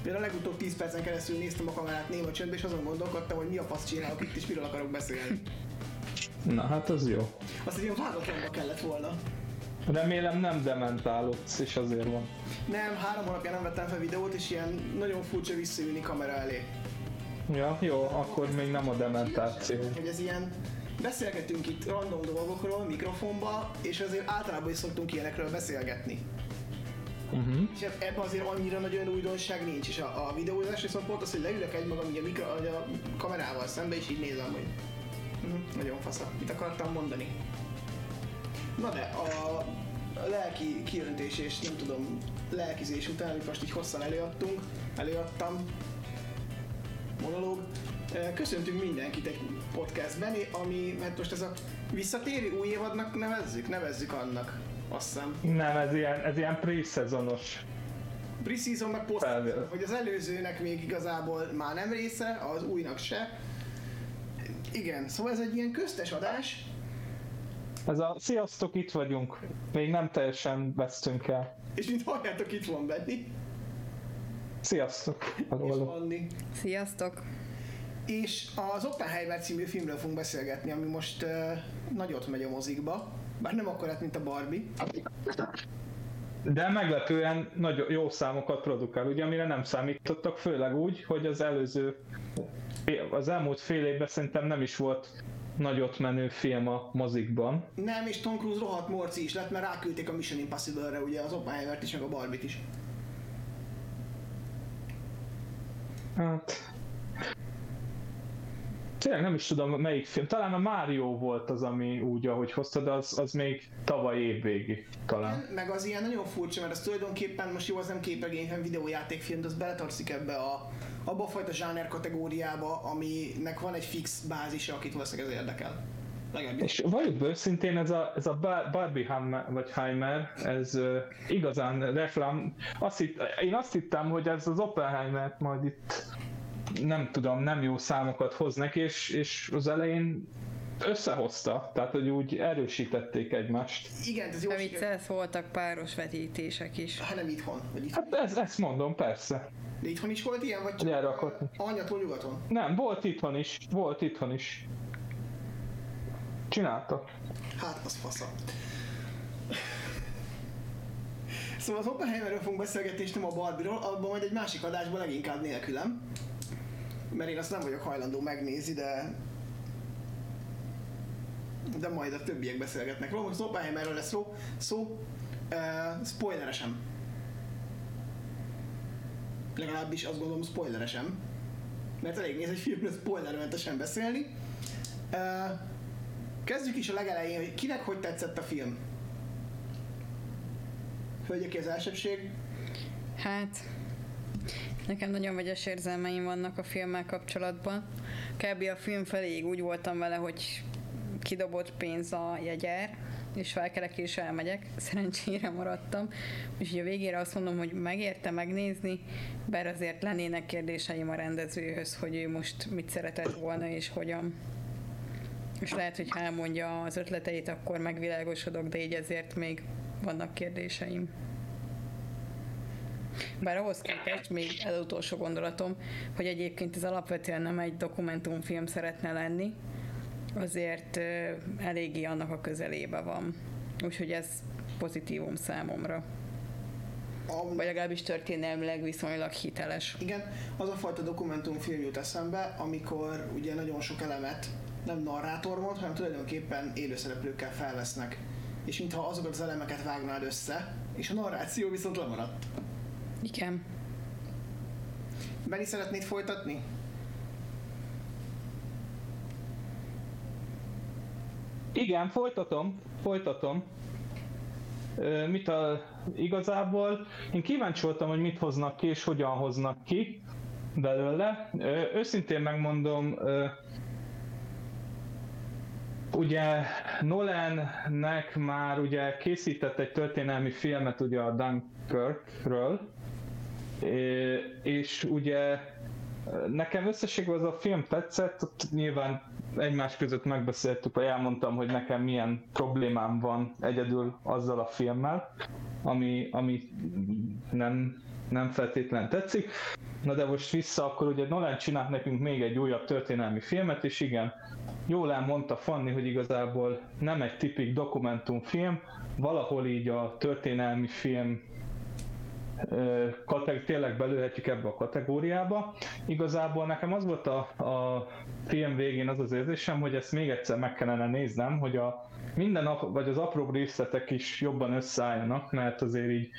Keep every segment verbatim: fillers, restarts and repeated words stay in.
Például a legutóbb tíz percen keresztül néztem a kamerát néma csöndbe, és azon gondolkodtam, hogy mi a fasz csinálok itt, és miről akarok beszélni. Na hát az jó. Azt egy ilyen vágatlanba kellett volna. Remélem nem dementálódsz, és azért van. Nem, három hónapja nem vettem fel videót, és ilyen nagyon furcsa visszaülni kamera elé. Ja, jó, akkor még nem a dementáció. Hogy ez ilyen, beszélgetünk itt random dolgokról, mikrofonba, és azért általában is szoktunk ilyenekről beszélgetni. Uh-huh. És ebben azért annyira nagyon újdonság nincs, és a, a videózás viszont pont az, hogy leülök egymagam így a, mikro, a kamerával szembe, és így nézem, hogy uh-huh, nagyon fasza, mit akartam mondani. Na de, a, a lelki kiöntés és nem tudom, lelkizés után, amit most így hosszan előadtunk, előadtam, monológ, köszöntünk mindenkit egy podcastben, ami, hát most ez a visszatérő új évadnak nevezzük, nevezzük annak, azt hiszem. Nem, ez ilyen, ez ilyen pre-szezonos. Pre-season meg post, hogy az előzőnek még igazából már nem része, az újnak se. Igen, szóval ez egy ilyen köztes adás. Ez a sziasztok, itt vagyunk. Még nem teljesen vesztünk el. És mint halljátok, itt van Benni. Sziasztok. És Anni. Sziasztok. És az Oppenheimer című filmről fogunk beszélgetni, ami most uh, nagyot megy a mozikba. Bár nem akkorát, mint a Barbie. De meglepően nagyon jó számokat produkál, ugye, amire nem számítottak, főleg úgy, hogy az előző, az elmúlt fél évben szerintem nem is volt nagyot menő film a mozikban. Nem, és Tom Cruise rohadt morci is lett, mert ráküldték a Mission Impossible-re ugye az Oppenheimert is, meg a Barbie-t is. Hát... Tényleg nem is tudom melyik film, talán a Mario volt az, ami úgy, ahogy hoztad, az, az még tavaly évvégi talán. Igen, meg az ilyen nagyon furcsa, mert az tulajdonképpen most jó, az nem képregény, hanem videójátékfilm, de az beletartozik ebbe a, abba a fajta zsáner kategóriába, aminek van egy fix bázisa, akit valószínűleg ez érdekel. Legalábbis. És valljuk be őszintén, ez a, ez a Barbie Hammer, vagy Heimer, ez uh, igazán reklám. Azt hitt, én azt hittem, hogy ez az Oppenheimert majd itt nem tudom, nem jó számokat hoznak, és, és az elején összehozta, tehát hogy úgy erősítették egymást. Igen, ez jó. Nem viccelsz, voltak páros vetítések is. Hát nem itthon, vagy itthon. Hát ez, ezt mondom, persze. De itthon is volt ilyen, vagy csak anyatól nyugaton? Nem, volt itthon is, volt itthon is. Csináltak. Hát, az fasza. Szóval az Oppenheimerről fogunk beszélgetni, és nem a Barbie-ról, abban majd egy másik adásban leginkább nélkülem. Mert én azt nem vagyok hajlandó megnézni, de... De majd a többiek beszélgetnek róla. Most az Oppenheimerről lesz szó, szó uh, spoileresen. Legalábbis azt gondolom spoileresen. Mert elég néz egy filmről spoilermentesen beszélni. Uh, kezdjük is a legelején, hogy kinek hogy tetszett a film. Hölgyeké az elsőbség. Hát... Nekem nagyon vegyes érzelmeim vannak a filmmel kapcsolatban. Kb. A film feléig úgy voltam vele, hogy kidobott pénz a jegyár, és felkelek és elmegyek. Szerencsére maradtam. És ugye a végére azt mondom, hogy megérte megnézni, bár azért lennének kérdéseim a rendezőhöz, hogy ő most mit szeretett volna és hogyan. És lehet, hogy ha elmondja az ötleteit, akkor megvilágosodok, de így ezért még vannak kérdéseim. Bár ahhoz képest még az utolsó gondolatom, hogy egyébként ez alapvetően nem egy dokumentumfilm szeretne lenni, azért eléggé annak a közelébe van. Úgyhogy ez pozitívum számomra. A... Vagy legalábbis történelmileg viszonylag hiteles. Igen, az a fajta dokumentumfilm jut eszembe, amikor ugye nagyon sok elemet nem narrátor mond, hanem tulajdonképpen élőszereplőkkel felvesznek. És mintha azokat az elemeket vágnád össze, és a narráció viszont lemaradt. Igen. Benni, szeretnéd folytatni? Igen, folytatom, folytatom. Ö, mit a, igazából én kíváncsi voltam, hogy mit hoznak ki és hogyan hoznak ki belőle. Ö, őszintén megmondom, ö, ugye Nolannek már ugye készített egy történelmi filmet ugye a Dunkirkről, és ugye nekem összességben az a film tetszett, ott nyilván egymás között megbeszéltük, vagy elmondtam, hogy nekem milyen problémám van egyedül azzal a filmmel, ami, ami nem nem feltétlen tetszik. Na de most vissza, akkor ugye Nolan csinált nekünk még egy újabb történelmi filmet, és igen, jól elmondta Fanni, hogy igazából nem egy tipik dokumentumfilm, valahol így a történelmi film kategóri, tényleg belőhetjük ebbe a kategóriába. Igazából nekem az volt a, a film végén az az érzésem, hogy ezt még egyszer meg kellene néznem, hogy a minden nap, vagy az apró részletek is jobban összeálljanak, mert azért így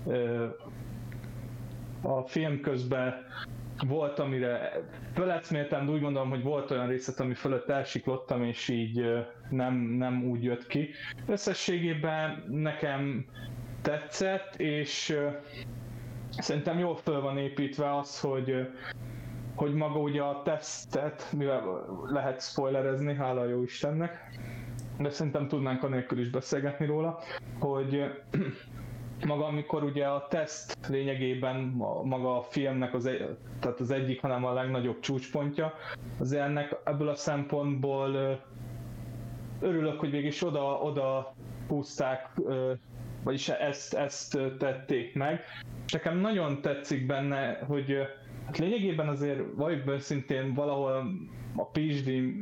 a film közben volt, amire felecméltem, de úgy gondolom, hogy volt olyan részlet, ami fölött elsiklottam, és így nem, nem úgy jött ki. Összességében nekem tetszett, és szerintem jól föl van építve az, hogy, hogy maga ugye a tesztet, mivel lehet spoilerezni, hála jó Istennek, de szerintem tudnánk anélkül is beszélgetni róla, hogy maga, amikor ugye a teszt lényegében maga a filmnek az, egy, tehát az egyik, hanem a legnagyobb csúcspontja, azért ennek ebből a szempontból örülök, hogy végig oda, oda húzták, vagyis ezt, ezt tették meg. És nekem nagyon tetszik benne, hogy hát lényegében azért valljuk őszintén valahol a pé há dé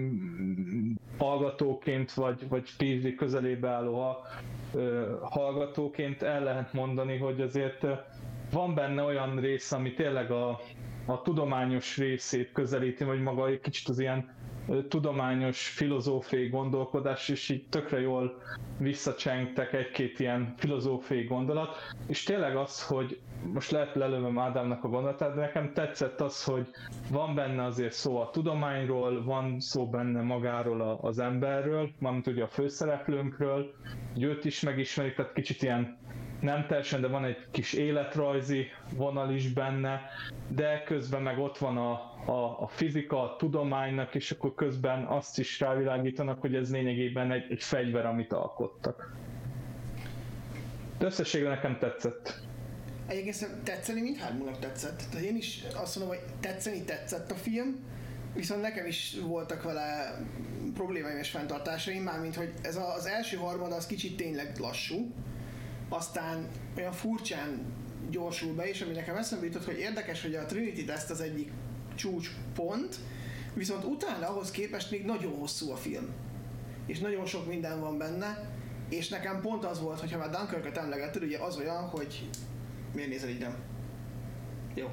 hallgatóként, vagy, vagy pé há dé közelébe álló hallgatóként el lehet mondani, hogy azért van benne olyan rész, ami tényleg a, a tudományos részét közelíti, vagy maga egy kicsit az ilyen tudományos, filozófiai gondolkodás, és így tökre jól visszacsengtek egy-két ilyen filozófiai gondolat, és tényleg az, hogy most lehet lelövöm Ádámnak a gondolatát, de nekem tetszett az, hogy van benne azért szó a tudományról, van szó benne magáról az emberről, mármint ugye a főszereplőnkről, hogy őt is megismerik, tehát kicsit ilyen nem teljesen, de van egy kis életrajzi vonal is benne, de közben meg ott van a, a, a fizika, a tudománynak, és akkor közben azt is rávilágítanak, hogy ez lényegében egy, egy fegyver, amit alkottak. De összességében nekem tetszett. Egyébként tetszeni mindhármunknak tetszett. Tehát én is azt mondom, hogy tetszeni tetszett a film, viszont nekem is voltak vele problémáim és fenntartásaim, mármint hogy ez az első harmada az kicsit tényleg lassú, aztán olyan furcsán gyorsul be, és ami nekem eszembe jutott, hogy érdekes, hogy a Trinity Test az egyik csúcspont, viszont utána ahhoz képest még nagyon hosszú a film. És nagyon sok minden van benne, és nekem pont az volt, hogyha már Dunkirköt emlegetted, ugye az olyan, hogy... Miért nézel így, nem? Jó.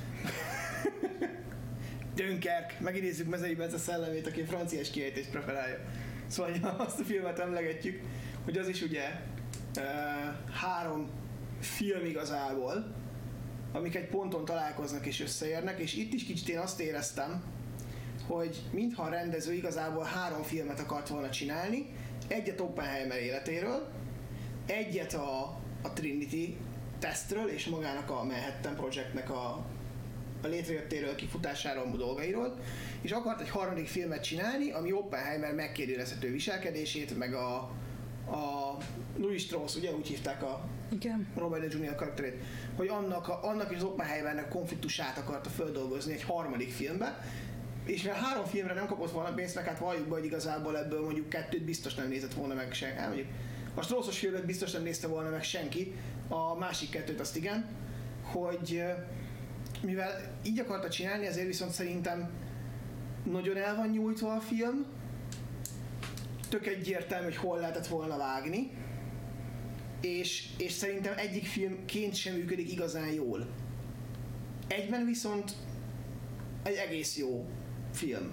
Dunkirk, megidézzük Mezei Bence szellemét, aki a franciás kiejtést preferálja. Szóval azt a filmet emlegetjük, hogy az is ugye uh, három film igazából, amik egy ponton találkoznak és összeérnek, és itt is kicsit én azt éreztem, hogy mintha a rendező igazából három filmet akart volna csinálni, egyet Oppenheimer életéről, egyet a, a Trinity tesztről és magának a Manhattan Projectnek a, a létrejöttéről, kifutásáról, dolgairól, és akart egy harmadik filmet csinálni, ami Oppenheimer megkérdőjelezhető viselkedését, meg a, a Louis Strauss, ugye úgy hívták a Igen. Robert Downey junior karakterét, hogy annak, a, annak és az Oppenheimernek konfliktusát akarta földolgozni egy harmadik filmbe, és mivel három filmre nem kapott volna pénzt, meg hát valljuk be, hogy igazából ebből mondjuk kettőt biztos nem nézett volna meg senki. Hát mondjuk a Straussos filmet biztos nem nézte volna meg senki, a másik kettőt azt igen, hogy mivel így akarta csinálni, ezért viszont szerintem nagyon el van nyújtva a film, tök egyértelmű, hogy hol lehetett volna vágni, és, és szerintem egyik filmként sem működik igazán jól. Egyben viszont egy egész jó film.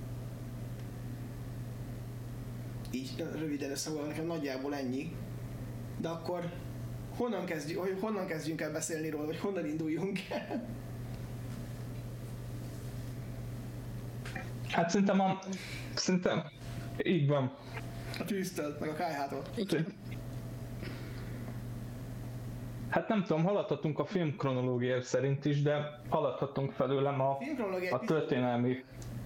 Így röviden összefoglalva, nekem nagyjából ennyi. De akkor honnan kezdjünk, honnan kezdjünk el beszélni róla, vagy honnan induljunk el? Hát szerintem a... Szerintem... Így van. A tűztől, meg a ká há-tól. Hát nem tudom, haladhatunk a film kronológia szerint is, de haladhatunk felőlem a, a történelmi...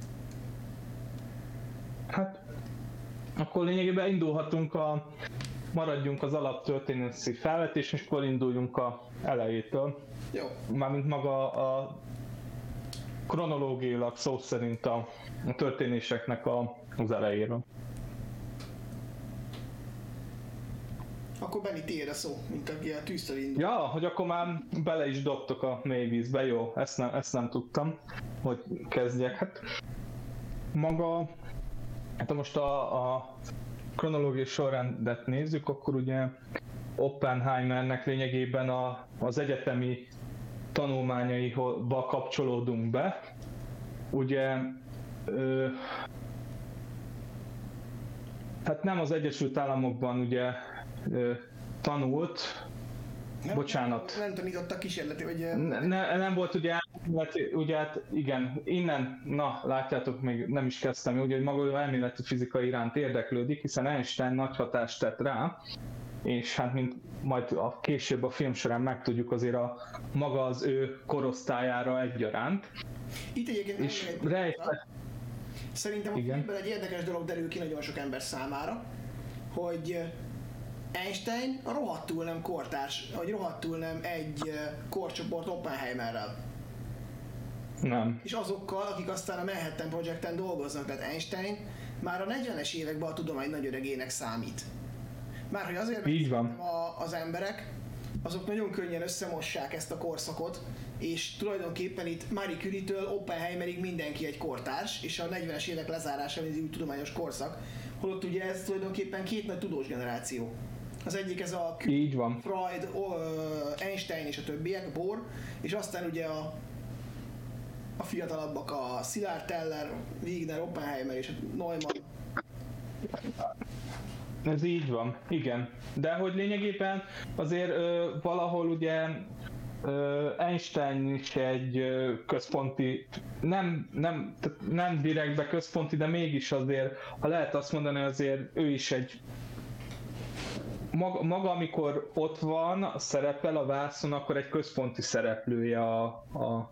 Hát... Akkor lényegében indulhatunk a... Maradjunk az alaptörténészi felvetés, és akkor induljunk a elejétől. Jó. Mármint maga a kronológiailag szó szerint a, a történéseknek a, az elejéről. Oké. Akkor Benni, tiéd a szó, mint aki a tűztől indul. Ja, hogy akkor már bele is dobtok a mélyvízbe, jó, ezt nem, ezt nem tudtam, hogy kezdjek. Hát maga, hát ha most a, a kronológiai sorrendet nézzük, akkor ugye Oppenheimernek lényegében a, az egyetemi tanulmányaiba kapcsolódunk be. Ugye ö, hát nem az Egyesült Államokban ugye ö, tanult, Nem, bocsánat. Nem tanította kísérleti, vagy... Ne, ne, nem volt ugye, ugye hát igen, innen, na látjátok, még nem is kezdtem, ugye, hogy maga elméleti fizika iránt érdeklődik, hiszen Einstein nagy hatást tett rá, és hát mint majd a később a film során megtudjuk, azért a maga az ő korosztályára egyaránt. Itt egyébként És egy rejtett. Szerintem a Igen. filmből egy érdekes dolog derül ki nagyon sok ember számára, hogy Einstein rohadtul nem kortárs, vagy rohadtul nem egy korcsoport Oppenheimerrel. Nem. És azokkal, akik aztán a Manhattan Projecten dolgoznak, tehát Einstein már a negyvenes években a tudomány nagy öregének számít. Márhogy azért, Így van. a, az emberek, azok nagyon könnyen összemossák ezt a korszakot, és tulajdonképpen itt Marie Curie-től Oppenheimerig mindenki egy kortárs, és a negyvenes évek lezárása, mint az új tudományos korszak, holott ugye ez tulajdonképpen két nagy tudós generáció. Az egyik ez a Így van. Freud, Einstein és a többiek, Bohr, és aztán ugye a, a fiatalabbak a Szilárd Teller, Wigner, Oppenheimer és a Neumann. Ez így van, igen. De hogy lényegében azért ö, valahol ugye ö, Einstein is egy ö, központi, nem, nem, tehát nem direktbe központi, de mégis azért, ha lehet azt mondani, azért ő is egy maga, maga amikor ott van, szerepel a vászon, akkor egy központi szereplője a, a,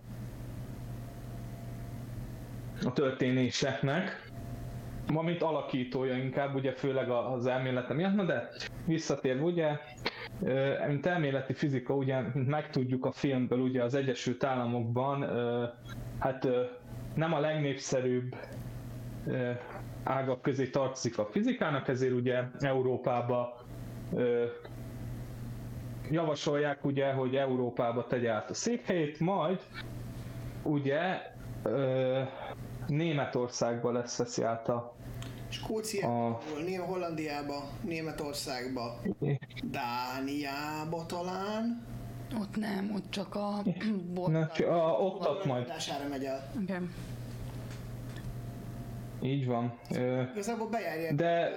a történéseknek. Ma, mint alakítója inkább, ugye főleg az elmélete miatt, na de visszatérve ugye, mint elméleti fizika, ugye, mint megtudjuk a filmből, ugye az Egyesült Államokban, hát nem a legnépszerűbb ágak közé tartozik a fizikának, ezért ugye Európába javasolják, ugye, hogy Európába tegye át a székhelyét, majd ugye Németországba lesz veszi át a Skóciába, a... Német Hollandiába, Németországba, Dániába talán. Ott nem, ott csak a Na, a, a, ott, ott majd. megy el. Igen. Így van. Igazából bejárják. De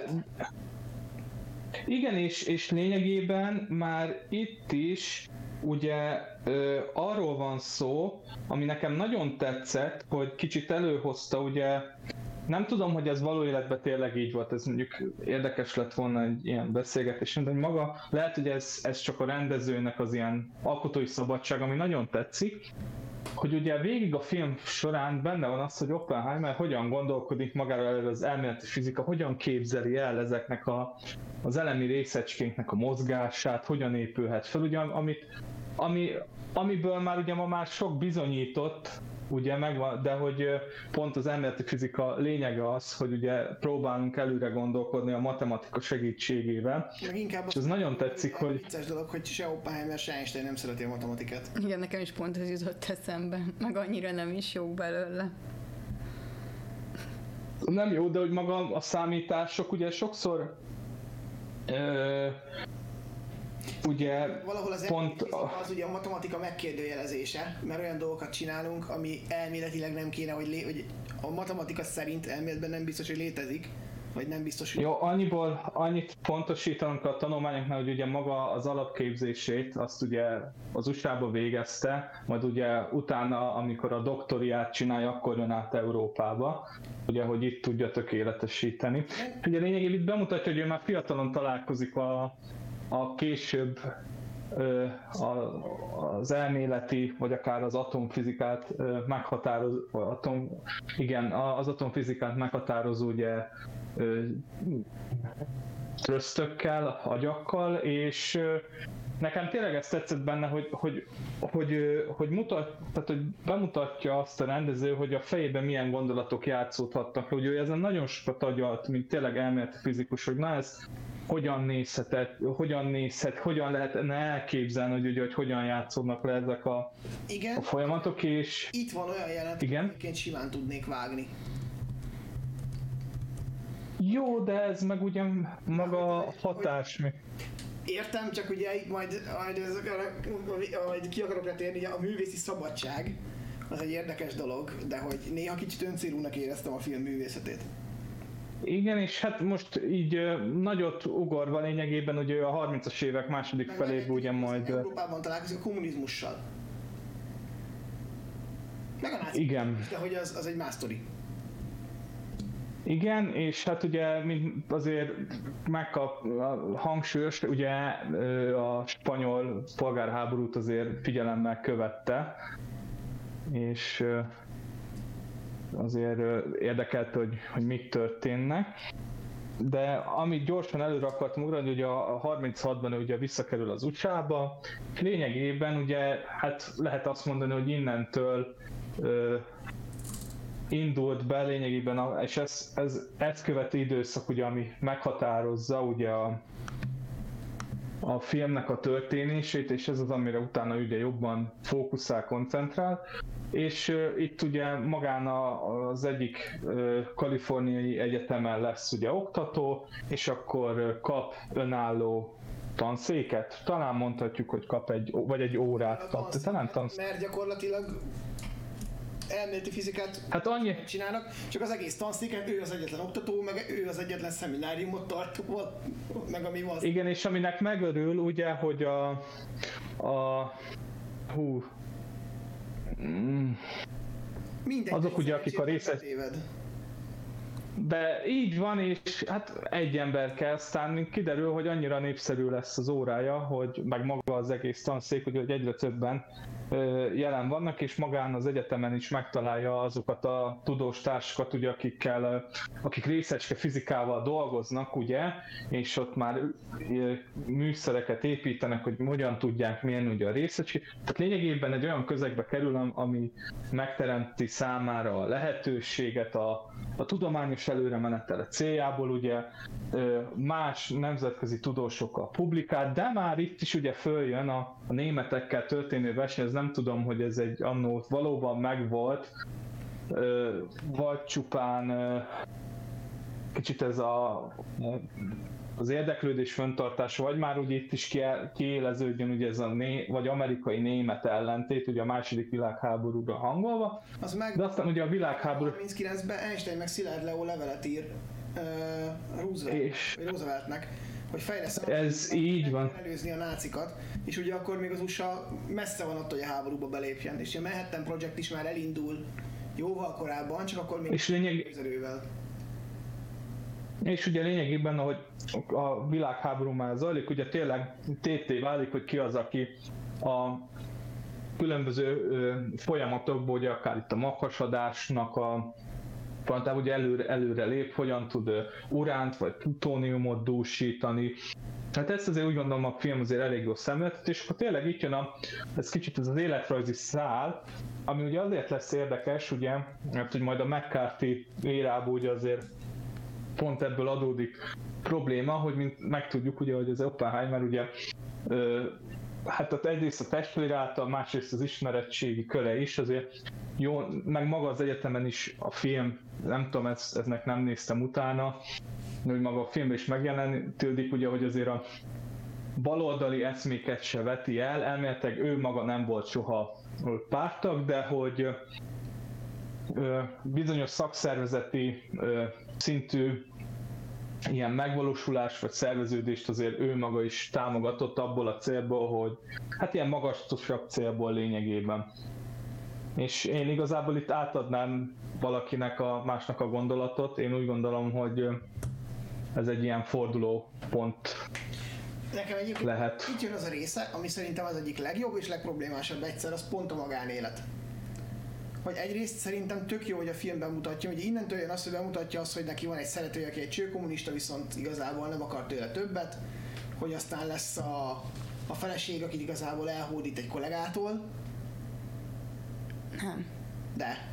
igen, és, és lényegében már itt is ugye ö, arról van szó, ami nekem nagyon tetszett, hogy kicsit előhozta, ugye nem tudom, hogy ez való életben tényleg így volt, ez mondjuk érdekes lett volna egy ilyen beszélgetés, de hogy maga, lehet, hogy ez, ez csak a rendezőnek az ilyen alkotói szabadság, ami nagyon tetszik, hogy ugye végig a film során benne van az, hogy Oppenheimer hogyan gondolkodik magáról az elméleti fizika, hogyan képzeli el ezeknek a, az elemi részecskénknek a mozgását, hogyan épülhet fel, ugye, amit, ami, amiből már ugye ma már sok bizonyított, ugye megvan, de hogy pont az elméleti fizika lényege az, hogy ugye próbálunk előre gondolkodni a matematika segítségével. És ez nagyon tetszik, a hogy... vicces dolog, hogy se Oppenheimer, se Einstein nem szereti a matematikát. Igen, nekem is pont ez jutott eszembe, meg annyira nem is jók belőle. Nem jó, de hogy maga a számítások ugye sokszor ö, ugye valahol az pont a... az ugye a matematika megkérdőjelezése, mert olyan dolgokat csinálunk, ami elméletileg nem kéne, hogy, lé... hogy a matematika szerint elméletben nem biztos, hogy létezik, vagy nem biztos, hogy... Jó, annyiból, annyit pontosítanunk a tanulmányoknál, hogy ugye maga az alapképzését azt ugye az u es á-ba végezte, majd ugye utána, amikor a doktoriát csinálja, akkor jön át Európába, ugye, hogy itt tudja tökéletesíteni. Ugye lényegében itt bemutatja, hogy ő már fiatalon találkozik a, a később a, az elméleti, vagy akár az atomfizikát meghatározó, atom, igen, az atomfizikát meghatározó ugye trösztökkel, agyakkal, és nekem tényleg ezt tetszett benne, hogy, hogy, hogy, hogy, mutat, tehát, hogy bemutatja azt a rendező, hogy a fejében milyen gondolatok játszódhattak, hogy ő ezen nagyon sokat agyalt, mint tényleg elméleti fizikus, hogy na ez hogyan nézhet, hogyan nézhet, hogyan lehetne elképzelni, hogy, ugye, hogy hogyan játszódnak le ezek a, Igen, a folyamatok, és... itt van olyan jelent, Igen? hogy egyébként simán tudnék vágni. Jó, de ez meg ugye maga a hatás mi. Értem, csak ugye itt majd, majd, ez, majd ki akarok letérni, a művészi szabadság az egy érdekes dolog, de hogy néha kicsit öncélúnak éreztem a film művészetét. Igen, és hát most így ö, nagyot ugorva lényegében ugye a harmincas évek második felében ugye majd... Európában találkozik a kommunizmussal. Meg a náci. Igen. De hogy az, az egy más sztori. Igen, és hát ugye mint azért megkap a hangsúlyos, ugye ö, a spanyol polgárháborút azért figyelemmel követte, és ö, azért érdekelt, hogy, hogy mik történnek. De amit gyorsan előre akartam ugrani, hogy a harminchatban ugye visszakerül az u es á-ba, lényegében ugye hát lehet azt mondani, hogy innentől ö, indult be lényegében, a, és ez, ez ezt követő időszak, ugye, ami meghatározza ugye a, a filmnek a történését, és ez az, amire utána ugye jobban fókuszál, koncentrál. És uh, itt ugye magán a, az egyik uh, kaliforniai egyetemen lesz ugye oktató, és akkor uh, kap önálló tanszéket. Talán mondhatjuk, hogy kap egy, vagy egy órát kap, de talán tanszéket. Mert gyakorlatilag elméleti fizikát hát annyi... csinálnak, csak az egész tanszéken ő az egyetlen oktató, meg ő az egyetlen szemináriumot tart, meg ami van. Igen, és aminek megörül ugye, hogy a, a hú, mm, Mindegy, azok ugye, akik a részes... De így van, és hát egy ember kell, aztán kiderül, hogy annyira népszerű lesz az órája, hogy meg maga az egész tanszék, hogy, hogy egyre többen ö, jelen vannak, és magán az egyetemen is megtalálja azokat a tudós társakat, ugye, akikkel, akik részecske fizikával dolgoznak, ugye, és ott már ö, műszereket építenek, hogy hogyan tudják mérni ugye a részecskét. Tehát lényegében egy olyan közegbe kerül, ami megteremti számára a lehetőséget a, a tudományos előremenetele céljából, ugye más nemzetközi tudósokkal publikált, de már itt is ugye följön a, a németekkel történő verseny, ez nem tudom, hogy ez egy annó valóban megvolt, vagy csupán kicsit ez a, az érdeklődés fenntartása, vagy már ugye itt is kiéleződjön ugye ez a né, vagy amerikai-német ellentét, ugye a második világháborúra hangolva, az meg, de aztán ugye a világháború... harminckilencben Einstein meg Szilárd Leó levelet ír uh, Roosevelt, és... vagy Rooseveltnek, hogy fejlesztem, ez így van. Előzni a nácikat, és ugye akkor még az u es á messze van attól, hogy a háborúba belépjen, és a Manhattan Project is már elindul jóval korábban, csak akkor még és lényeg... közelővel. És ugye lényegében, ahogy a világháború már zajlik, ugye tényleg tétté válik, hogy ki az, aki a különböző folyamatokból, ugye akár itt a maghasadásnak a tehát ugye előre, előre lép, hogyan tud uránt vagy plutóniumot dúsítani. Hát ezt azért úgy gondolom, a film azért elég jó szemléltet, és akkor tényleg itt jön a, ez kicsit ez az életrajzi szál, ami ugye azért lesz érdekes, ugye, mert hogy majd a McCarthy érából ugye azért pont ebből adódik probléma, hogy mint megtudjuk ugye, hogy az Oppenheimer ugye ö, hát egyrészt a testvére által, másrészt az ismeretségi köre is, azért jó, meg maga az egyetemen is a film, nem tudom, ezt, eznek nem néztem utána, de hogy maga a filmben is megjelenítődik, ugye, hogy azért a baloldali eszméket se veti el, elméletileg ő maga nem volt soha párttag, de hogy ö, bizonyos szakszervezeti ö, szintű ilyen megvalósulás vagy szerveződést azért ő maga is támogatott abból a célból, hogy hát ilyen magasabb célból lényegében. És én igazából itt átadnám valakinek a másnak a gondolatot, én úgy gondolom, hogy ez egy ilyen forduló pont Nekem egyébként lehet. Itt jön az a része, ami szerintem az egyik legjobb és legproblémásabb egyszer, az pont a magánélet. Hogy egyrészt szerintem tök jó, hogy a film bemutatja, hogy innentől jön az, hogy bemutatja azt, hogy neki van egy szeretője, aki egy csőkommunista, viszont igazából nem akar tőle többet, hogy aztán lesz a, a feleség, akit igazából elhódít egy kollégától. Nem. De.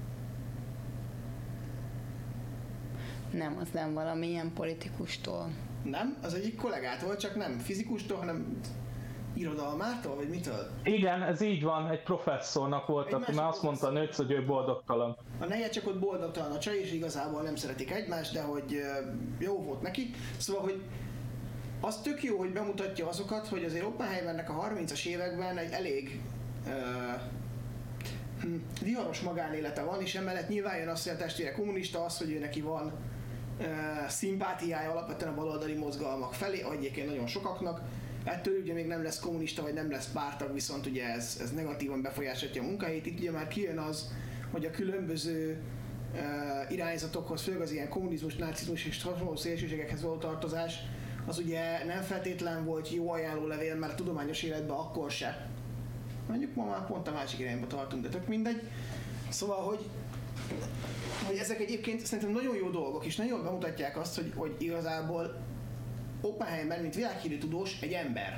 Nem, az nem valamilyen politikustól. Nem? Az egyik kollégától, csak nem fizikustól, hanem irodalmától, vagy mitől? Igen, ez így van, egy professzornak volt, Egy aki másik már azt mondta a nőc, hogy ő boldogtalan. A neje csak ott boldogtalan a csaj, és igazából nem szeretik egymást, de hogy ö, jó volt neki. Szóval, hogy az tök jó, hogy bemutatja azokat, hogy azért Oppenheimernek a harmincas években egy elég uh, hm, viharos magánélete van, és emellett nyilván jön az, hogy a testvére kommunista, az, hogy ő neki van uh, szimpátiája alapvetően a baloldali mozgalmak felé, egyébként nagyon sokaknak. Ettől ugye még nem lesz kommunista, vagy nem lesz pártag, viszont ugye ez, ez negatívan befolyásolja a munkahelyét. Itt ugye már kijön az, hogy a különböző uh, irányzatokhoz, főleg az ilyen kommunizmus, nácizmus és hasonló szélsőségekhez való tartozás, az ugye nem feltétlen volt jó ajánlólevél, mert a tudományos életben akkor se. Mondjuk ma már pont a másik irányba tartunk, de tök mindegy. Szóval, hogy, hogy ezek egyébként szerintem nagyon jó dolgok, és nagyon jól bemutatják azt, hogy, hogy igazából Oppenheimer, mint világhírű tudós, egy ember.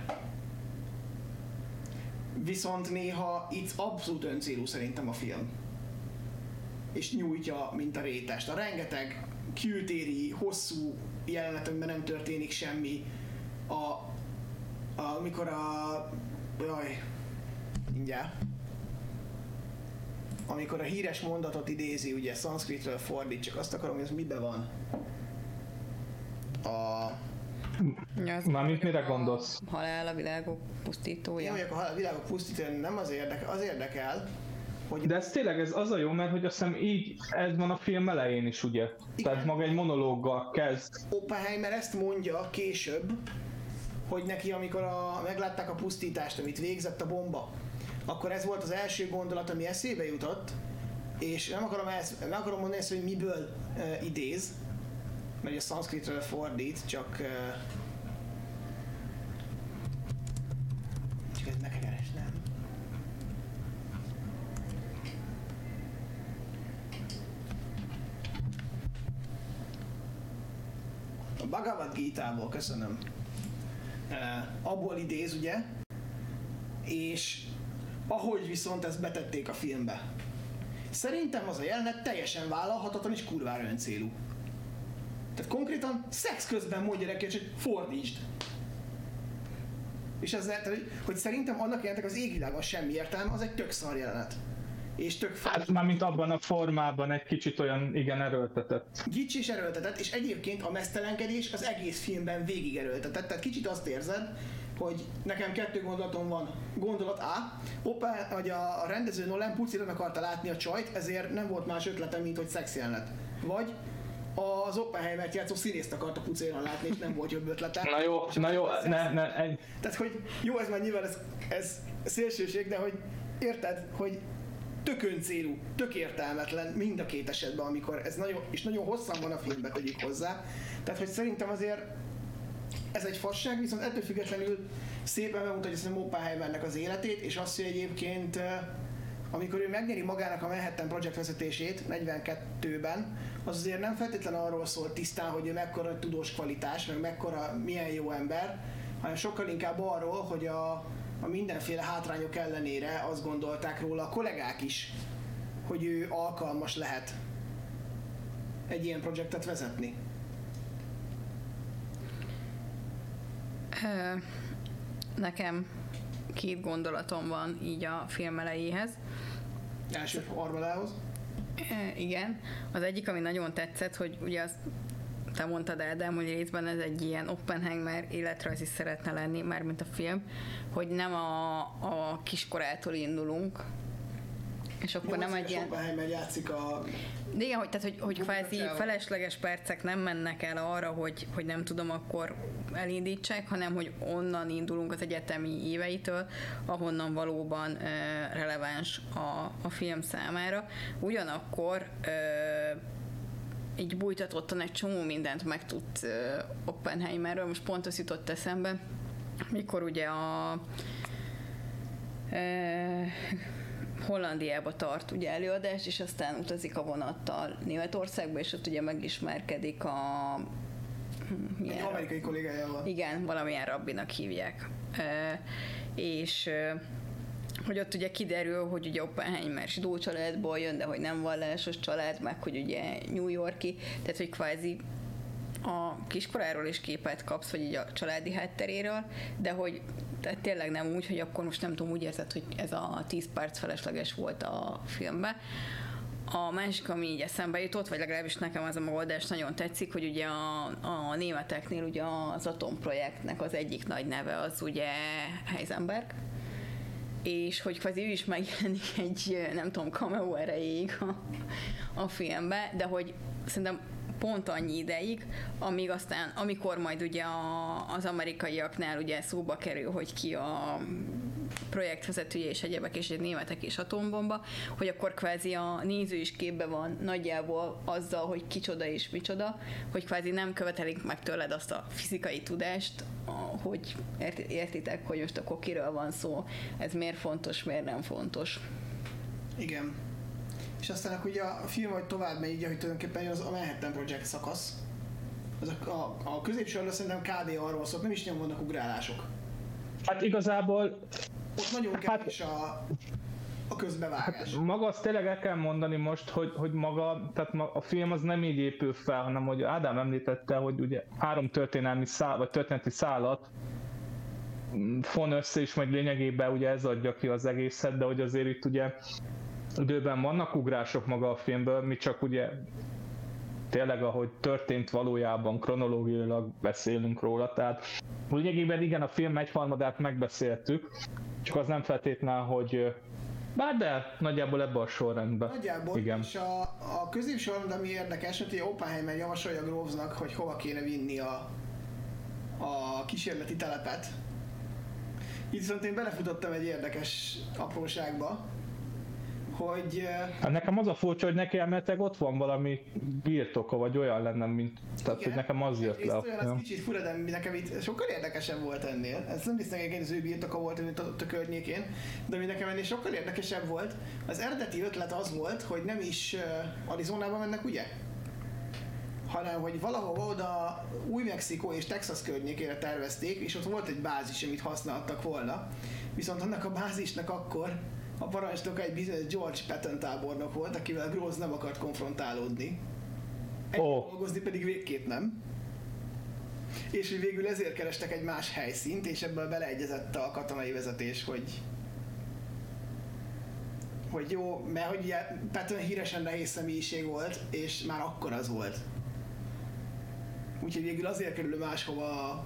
Viszont néha itt abszolút öncélú szerintem a film. És nyújtja, mint a rétest. A rengeteg kültéri, hosszú jelenetekben nem történik semmi. A, a, amikor a... Jaj, mindjárt. Amikor a híres mondatot idézi, ugye szanszkritről fordít, csak azt akarom, hogy ez miben van. A... Ja, Mármint mire gondolsz? Halál a világok pusztítója. Én vagyok a halál- világok pusztítója, nem az érdekel, az érdekel, hogy... De ez tényleg ez az a jó, mert hogy azt hiszem így ez van a film elején is, ugye? Igen. Tehát maga egy monológgal kezd. Oppenheimer ezt mondja később, hogy neki amikor a, meglátták a pusztítást, amit végzett a bomba, akkor ez volt az első gondolat, ami eszébe jutott, és nem akarom, ezt, nem akarom mondani ezt, hogy miből uh, idéz, mert a szanszkritről fordít, csak... Uh, csak ez meg kell keresnem. A Bhagavad Gita-ból, köszönöm. Uh, abból idéz, ugye? És ahogy viszont ezt betették a filmbe. Szerintem az a jelenet teljesen vállalhatatlan és kurvára öncélú. Tehát konkrétan szex közben mondja neki, hogy fordítsd. És ezzel, tehát, hogy, hogy szerintem annak jelentek az égvilágon semmi értelme, az egy tök szar jelenet. És tök fel... Hát mármint abban a formában egy kicsit olyan igen erőltetett. Gics és erőltetett, és egyébként a meztelenkedés az egész filmben végig erőltetett. Tehát kicsit azt érzed, hogy nekem kettő gondolatom van. Gondolat A, Opa, hogy a rendező Nolan puciran akarta látni a csajt, ezért nem volt más ötlete, mint hogy szex jelenet. Vagy az Oppenheimert játszó színészt akarta puciran látni, és nem volt jobb ötlete. Na jó, na jó, ne, ne, egy... Tehát, hogy jó, ez már nyilván ez, ez szélsőség, de hogy érted, hogy tök öncélú, tök értelmetlen mind a két esetben, amikor ez nagyon, és nagyon hosszan van a filmben, tegyük hozzá. Tehát, hogy szerintem azért ez egy fasság, viszont ettől függetlenül szépen bemutatja szerintem Oppenheimernek az életét, és azt, hogy egyébként amikor ő megnyeri magának a Manhattan Project vezetését negyvenkettőben, az azért nem feltétlenül arról szól tisztán, hogy ő mekkora tudós kvalitás, meg mekkora, milyen jó ember, hanem sokkal inkább arról, hogy a, a mindenféle hátrányok ellenére azt gondolták róla a kollégák is, hogy ő alkalmas lehet egy ilyen projektet vezetni. Nekem két gondolatom van így a film elejéhez. Első harmadához. Igen. Az egyik, ami nagyon tetszett, hogy ugye azt te mondtad, Ádám, hogy részben ez egy ilyen Oppenheimer életrajz is szeretne lenni, mármint a film, hogy nem a, a kiskorától indulunk, és akkor Jó, nem egy ilyen... Oppenheimer játszik a... De igen, hogy, tehát, hogy, hogy kvázi Csával. felesleges percek nem mennek el arra, hogy, hogy nem tudom, akkor elindítsák, hanem hogy onnan indulunk az egyetemi éveitől, ahonnan valóban uh, releváns a, a film számára. Ugyanakkor uh, így bújtatottan egy csomó mindent megtudt uh, Oppenheimerről, most pont az jutott eszembe, mikor ugye a uh, Hollandiába tart ugye előadást, és aztán utazik a vonattal Németországba, és ott ugye megismerkedik a... Egy amerikai kollégájával. Igen, valamilyen rabbinak hívják. E, és e, hogy ott ugye kiderül, hogy ugye Oppenheimer zsidó családból jön, de hogy nem vallásos család, meg hogy ugye New York-i, tehát hogy kvázi a kiskoráról is képet kapsz, vagy így a családi hátteréről, de hogy tehát tényleg nem úgy, hogy akkor most nem tudom, úgy érzed, hogy ez a tíz perc felesleges volt a filmben. A másik, ami így eszembe jutott, vagy legalábbis nekem az a megoldás nagyon tetszik, hogy ugye a, a németeknél ugye az atomprojektnek az egyik nagy neve az ugye Heisenberg, és hogy kvázi ő is megjelenik egy, nem tudom, cameo erejéig a, a filmbe, de hogy szerintem pont annyi ideig, amíg aztán, amikor majd ugye a, az amerikaiaknál ugye szóba kerül, hogy ki a projektvezetője és egyebek, és egy németek és atombomba, hogy akkor kvázi a néző is képbe van nagyjából azzal, hogy kicsoda és micsoda, hogy kvázi nem követelik meg tőled azt a fizikai tudást, hogy értitek, hogy most akkor kiről van szó, ez miért fontos, miért nem fontos. Igen. És aztán akkor ugye a film, hogy tovább megy, hogy tulajdonképpen jön az a Manhattan Project szakasz. Az a, a, a középsorban szerintem kb. Arról szól, nem is nem vannak ugrálások. Hát igazából... Ott nagyon kevés hát, a, a közbevágás. Hát maga azt tényleg el kell mondani most, hogy, hogy maga, tehát a film az nem így épül fel, hanem hogy Ádám említette, hogy ugye három történelmi szál, vagy történeti szálat fon össze, és majd lényegében ugye ez adja ki az egészet, de hogy azért itt ugye időben vannak ugrások maga a filmből, mi csak ugye tényleg ahogy történt valójában, kronológiailag beszélünk róla, tehát lényegében igen, a film egyharmadát megbeszéltük, csak az nem feltétlen, hogy bár de nagyjából ebben a sorrendben. Nagyjából, igen. És a, a középsorrend, ami érdekes, hogy Oppenheimer javasolja Grovesnak, hogy hova kéne vinni a, a kísérleti telepet. Itt viszont én belefutottam egy érdekes apróságba, hogy... Hát nekem az a furcsa, hogy neki elméletileg ott van valami birtoka, vagy olyan lenne, mint... Tehát, igen, hogy nekem az jött le. Olyan, az kicsit fura, de nekem itt sokkal érdekesebb volt ennél. Ez nem hiszem, hogy az ő birtoka volt, mint ott a környékén, de ami nekem ennél sokkal érdekesebb volt. Az eredeti ötlet az volt, hogy nem is Arizonába mennek, ugye? Hanem, hogy valahol oda Új-Mexikó és Texas környékére tervezték, és ott volt egy bázis, amit használtak volna. Viszont annak a bázisnak akkor a parancsnoka egy bizonyos George Patton tábornok volt, akivel Groves nem akart konfrontálódni. Egy oh. dolgozni pedig végképp nem. És hogy végül ezért kerestek egy más helyszínt, és ebből beleegyezett a katonai vezetés, hogy hogy jó, mert hogy ugye Patton híresen nehéz személyiség volt, és már akkor az volt. Úgyhogy végül azért kerül máshova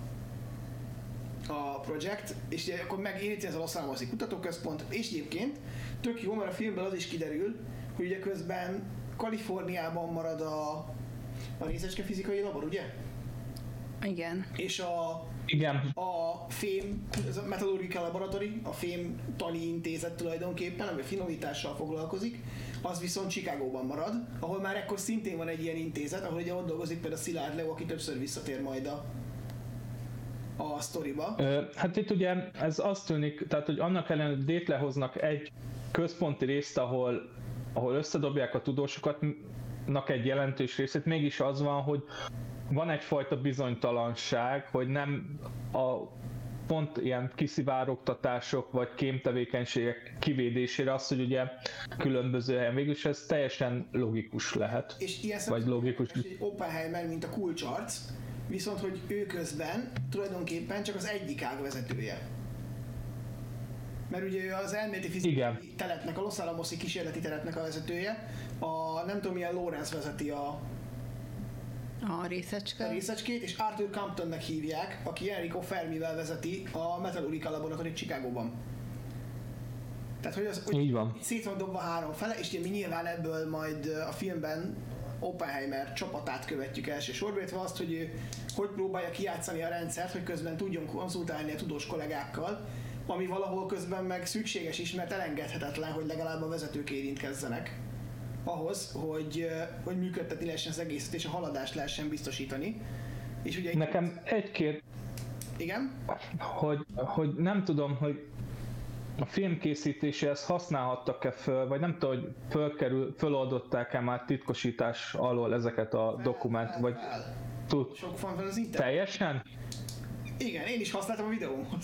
a projekt, és akkor megéríti ez a Los Alamos-i kutatóközpont, és egyébként tök jó, mert a filmben az is kiderül, hogy ugye közben Kaliforniában marad a, a részecske fizikai labor, ugye? Igen. És a, Igen. a fém, ez a Metallurgical Laboratory, a fém tani intézet tulajdonképpen, ami a finomítással foglalkozik, az viszont Chicagóban marad, ahol már ekkor szintén van egy ilyen intézet, ahol ugye ott dolgozik például Szilárd Leo, aki többször visszatér majd a a sztoriba. Hát itt ugye ez azt tűnik, tehát hogy annak ellenére, hogy létrehoznak egy központi részt, ahol, ahol összedobják a tudósokatnak egy jelentős részét, mégis az van, hogy van egyfajta bizonytalanság, hogy nem a pont ilyen kiszivárogtatások vagy kémtevékenységek kivédésére az, hogy ugye különböző helyen végülis ez teljesen logikus lehet. És ilyen vagy logikus. Oppenheimer, mint a kulcsarc, viszont hogy ő közben tulajdonképpen csak az egyik ág vezetője. Mert ugye ő az elméleti fizikai igen. telepnek, a Los Alamos-i kísérleti telepnek a vezetője, a nem tudom milyen Lawrence vezeti a a részecske. a részecskét, és Arthur Comptonnek hívják, aki Enrico Fermivel vezeti a Metallurgical Laboratory Chicagóban. Tehát hogy az hogy így van. Szét van dobva három fele, és mi nyilván ebből majd a filmben Oppenheimer csapatát követjük elsősorban, illetve azt, hogy ő hogy próbálja kijátszani a rendszert, hogy közben tudjon konzultálni a tudós kollégákkal, ami valahol közben meg szükséges is, mert elengedhetetlen, hogy legalább a vezetők érintkezzenek ahhoz, hogy, hogy működtetni lehessen az egészet, és a haladást lehessen biztosítani. És ugye nekem egy-két... Igen? Hogy, hogy nem tudom, hogy a filmkészítéséhez használhattak-e föl, vagy nem tudom, hogy fölkerül, föloldották-e már titkosítás alól ezeket a dokument, vagy tud. Sok van fel az internet. Teljesen? Igen, én is használtam a videómhoz.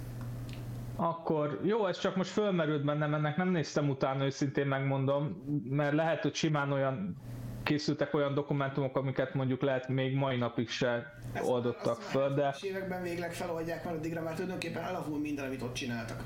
Akkor jó, ez csak most fölmerült bennem, ennek nem néztem utána, őszintén megmondom, mert lehet, hogy simán olyan készültek olyan dokumentumok, amiket mondjuk lehet még mai napig se Ez oldottak föl, de... Az években végleg feloldják, mert addigra már tulajdonképpen elavul minden, amit ott csináltak.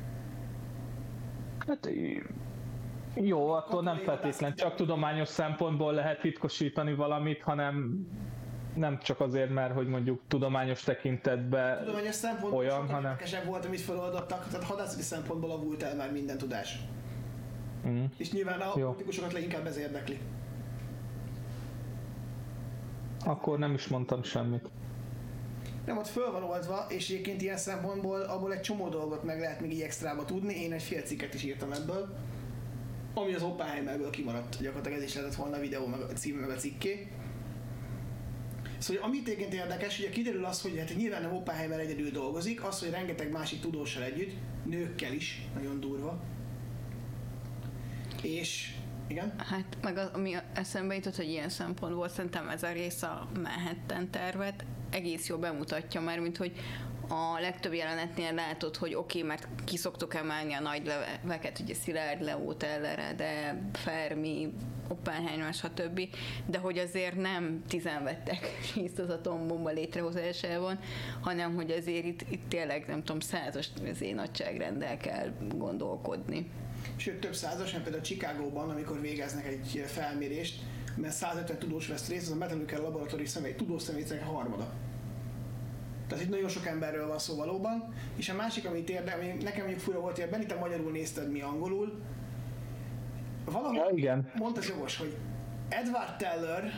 Hát jó, attól nem feltétlen csak tudományos szempontból lehet titkosítani valamit, hanem nem csak azért, mert hogy mondjuk tudományos tekintetben tudományos szempontból olyan, sokkal hanem... érdekesebb volt, amit feloldottak, tehát hadászati szempontból avult el már minden tudás. Mm. És nyilván a politikusokat leginkább ez érdekli. Akkor nem is mondtam semmit. Nem, ott föl van oldva, és egyébként ilyen szempontból abból egy csomó dolgot meg lehet még így extrába tudni. Én egy fél cikket is írtam ebből, ami az Oppenheimerből kimaradt. Gyakorlatilag ez is lehetett volna a videó, meg a cím, meg a cikké. Szóval amit egyébként érdekes, ugye kiderül az, hogy hát nyilván nem Oppenheimer egyedül dolgozik, az, hogy rengeteg másik tudóssal együtt, nőkkel is, nagyon durva. És igen? Hát meg az, ami eszembe jutott, hogy ilyen szempontból szerintem ez a rész a Manhattan tervet egész jól bemutatja már, mint hogy a legtöbb jelenetnél látod, hogy oké, okay, mert ki szoktuk emelni a nagy leveket, ugye Szilárd, Leo, Teller, de Fermi, Oppenheimer, stb. De hogy azért nem tizen vettek részt az atombomba létrehozásában, hanem hogy azért itt, itt tényleg nem tudom, százas nagyságrendel kell gondolkodni. Sőt, több százas, mert például Chicagóban, amikor végeznek egy felmérést, mert százötven tudós vesz részt, az a Metal Nuclear Laboratory személy, tudós személyzetnek a harmada. Tehát itt nagyon sok emberről van szó valóban. És a másik, amit érdekel, ami nekem mondjuk fura volt, hogy Benni, te magyarul nézted, mi angolul. Valami ja, igen. Mondta az jogos, hogy Edward Teller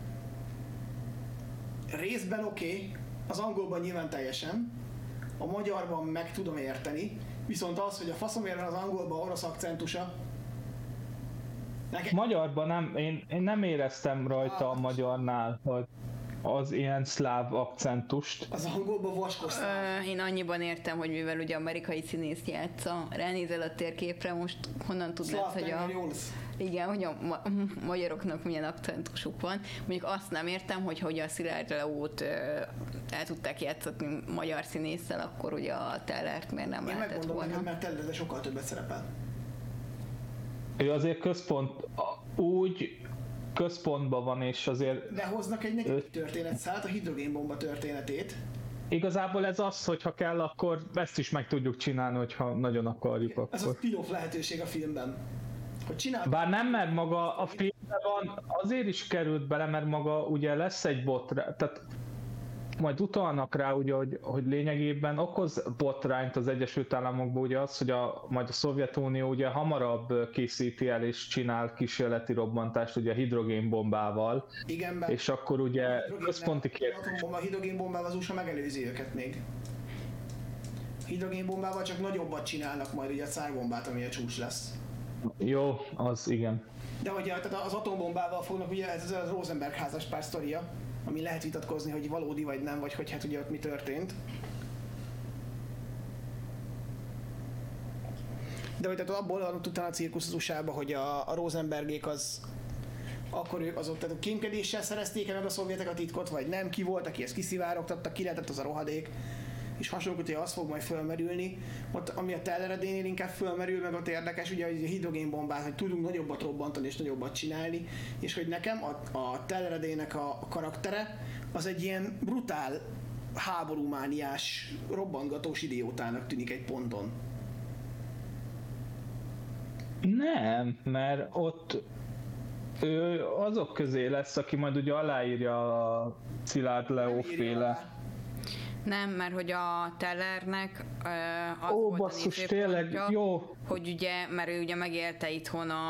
részben oké, okay, az angolban nyilván teljesen, a magyarban meg tudom érteni, viszont az, hogy a faszomért van az angolban orosz akcentusa. Nekem... Magyarban nem, én, én nem éreztem rajta a magyarnál, hogy az ilyen szláv akcentust. Az angolban vaskos szláv. Én annyiban értem, hogy mivel ugye amerikai színész játsza, ránézel a térképre, most honnan tudnád, hogy a... Igen, hogy a ma- magyaroknak milyen akcentusuk van. Mondjuk azt nem értem, hogy hogy a Szilárd Leót el tudták játszatni magyar színésszel, akkor ugye a Tellert miért nem Én lehetett megmondom volna. neked, mert Teller, de sokkal többet szerepel. Ő azért központ, úgy központban van, és azért... De hoznak egy negatív történetszállat, a hidrogénbomba történetét. Igazából ez az, hogy ha kell, akkor ezt is meg tudjuk csinálni, hogyha nagyon akarjuk. Ez akkor. az spin-off lehetőség a filmben. Hogy csinál... Bár nem, mert maga a filmben van, azért is került bele, mert maga ugye lesz egy botra, tehát majd utalnak rá, ugye, hogy, hogy lényegében okoz botrányt az Egyesült Államokban ugye az, hogy a, majd a Szovjetunió ugye hamarabb készíti el és csinál kísérleti robbantást ugye a hidrogénbombával. Igen, és akkor ugye központi kérdés. A hidrogénbombával az u es á megelőzi őket még. A hidrogénbombával csak nagyobbat csinálnak majd ugye a cárbombát, ami a csúcs lesz. Jó, az igen. De ugye tehát az atombombával fognak, ugye ez a Rosenberg házaspár sztoria, ami lehet vitatkozni, hogy valódi vagy nem, vagy hogy hát ugye ott mi történt. De hogy tehát abból adott utána a cirkusz az u es á-ba, hogy a, a Rosenbergék az akkor ők azok, tehát a kémkedéssel szerezték el meg a szovjetek a titkot, vagy nem, ki volt, aki ezt kiszivárogtatta, ki lehetett az a rohadék. És hasonlókat, hogy az fog majd fölmerülni, ott, ami a Telleredénél inkább fölmerül, meg ott érdekes, ugye a hidrogénbombát, hogy tudunk nagyobbat robbantani és nagyobbat csinálni, és hogy nekem a, a Telleredének a, a karaktere az egy ilyen brutál, háborúmániás, robbantgatós idiótának tűnik egy ponton. Nem, mert ott ő azok közé lesz, aki majd ugye aláírja a Szilárd Leó féle. Nem, mert hogy a Tellernek uh, az Ó, volt basszus, a tényleg, jó. Hogy ugye, mert ő ugye megélte itthon a...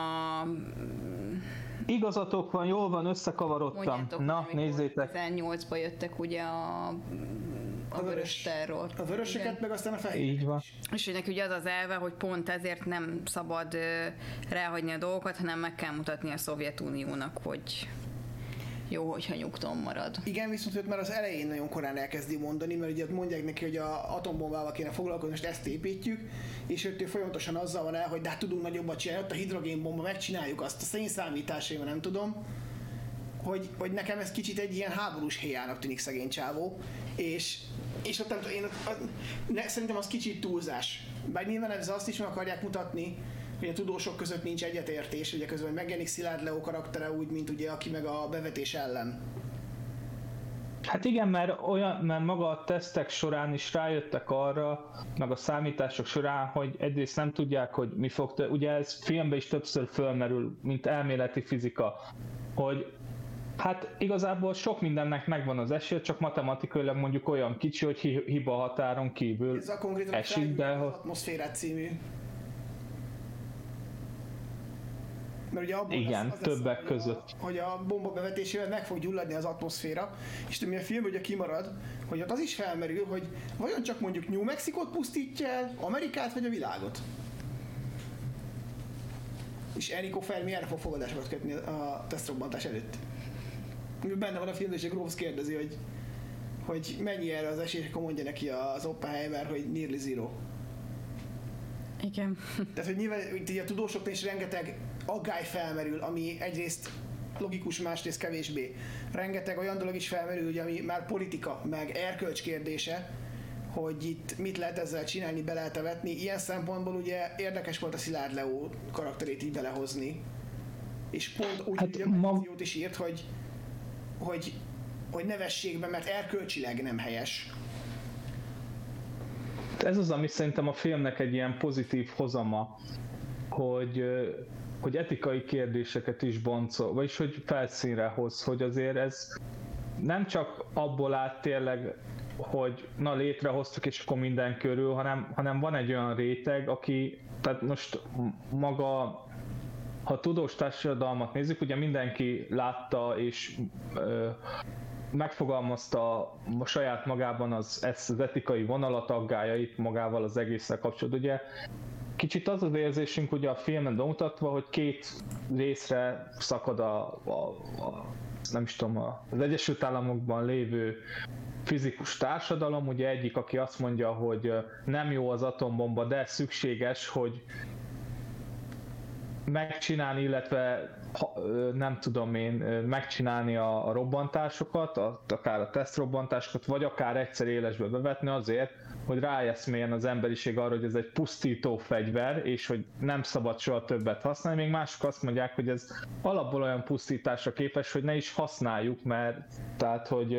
Igazatok van, jól van, összekavarodtam. Mondjátok, na, nézzétek. tizennyolcban jöttek ugye a, a, a vörös terror. A vörösöket, igen. Meg aztán a fehér. Így van. És hogy neki ugye az az elve, hogy pont ezért nem szabad uh, ráhagyni a dolgokat, hanem meg kell mutatni a Szovjetuniónak, hogy jó, hogyha nyugton marad. Igen, viszont őt már az elején nagyon korán elkezdi mondani, mert ugye mondják neki, hogy a atombombával kéne foglalkozni, most ezt építjük, és őt ő folyamatosan azzal van el, hogy de hát tudunk nagyobbat csinálni, ott a hidrogénbomba, megcsináljuk azt, a szénszámításaival nem tudom, hogy, hogy nekem ez kicsit egy ilyen háborús héjának tűnik szegény csávó, és, és ott én, ott, ne, szerintem az kicsit túlzás. Bár nyilván ez azt is meg akarják mutatni, hogy a tudósok között nincs egyetértés, ugye közben megjelenik Szilárd Leó karaktere úgy, mint ugye aki meg a bevetés ellen. Hát igen, mert, olyan, mert maga a tesztek során is rájöttek arra, meg a számítások során, hogy egyrészt nem tudják, hogy mi fog, ugye ez filmben is többször fölmerül, mint elméleti fizika, hogy hát igazából sok mindennek megvan az esélye, csak matematikailag mondjuk olyan kicsi, hogy hiba határon kívül ez a konkrétan esik, de... Az Atmoszférát című. Mert ugye abból igen, lesz, az többek lesz, között. Hogy a, hogy a bomba bevetésével meg fog gyulladni az atmoszféra, és ami a film ugye kimarad, hogy ott az is felmerül, hogy vajon csak mondjuk New Mexicót pusztítja el, Amerikát vagy a világot? És Enrico Fermi erre fog fogadásokat kötni a tesztrobbantás előtt. Benne van a filmben, és a Groves kérdezi, hogy, hogy mennyi erre az esély, akkor mondja neki az Oppenheimer, hogy nearly zero. Igen. Tehát, hogy nyilván ugye a tudósoknál is rengeteg aggály felmerül, ami egyrészt logikus, másrészt kevésbé. Rengeteg olyan dolog is felmerül, ugye, ami már politika, meg erkölcs kérdése, hogy itt mit lehet ezzel csinálni, be lehet vetni. Ilyen szempontból ugye érdekes volt a Szilárd Leó karakterét így belehozni. És pont úgy, hát ugye ma... a is írt, hogy, hogy, hogy ne vessék be, mert erkölcsileg nem helyes. Ez az, ami szerintem a filmnek egy ilyen pozitív hozama, hogy, hogy etikai kérdéseket is boncol, vagyis hogy felszínre hoz, hogy azért ez nem csak abból áll tényleg, hogy na létrehoztuk és akkor minden körül, hanem, hanem van egy olyan réteg, aki, tehát most maga, ha a tudós társadalmat nézzük, ugye mindenki látta és ö, megfogalmazta a saját magában az, ezt az etikai vonalat, aggályait magával az egésszel kapcsolatban. Ugye kicsit az az érzésünk ugye a filmen bemutatva, hogy két részre szakad a, a, a nem is tudom, az Egyesült Államokban lévő fizikus társadalom, ugye egyik, aki azt mondja, hogy nem jó az atombomba, de szükséges, hogy megcsinálni, illetve nem tudom én, megcsinálni a robbantásokat, akár a tesztrobbantásokat, vagy akár egyszer élesbe bevetni azért, hogy ráeszméljen az emberiség arra, hogy ez egy pusztító fegyver, és hogy nem szabad soha többet használni. Még mások azt mondják, hogy ez alapból olyan pusztításra képes, hogy ne is használjuk, mert tehát, hogy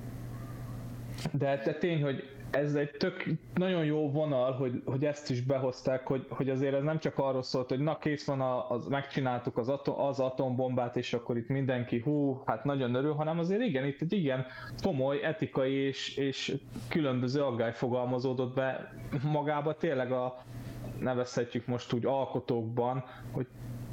de, de tény, hogy ez egy tök nagyon jó vonal, hogy, hogy ezt is behozták, hogy, hogy azért ez nem csak arról szólt, hogy na kész van, a, az, megcsináltuk az, atom, az atombombát, és akkor itt mindenki hú, hát nagyon örül, hanem azért igen, itt egy igen komoly etikai és, és különböző aggály fogalmazódott be magába tényleg a, nevezhetjük most úgy alkotókban, hogy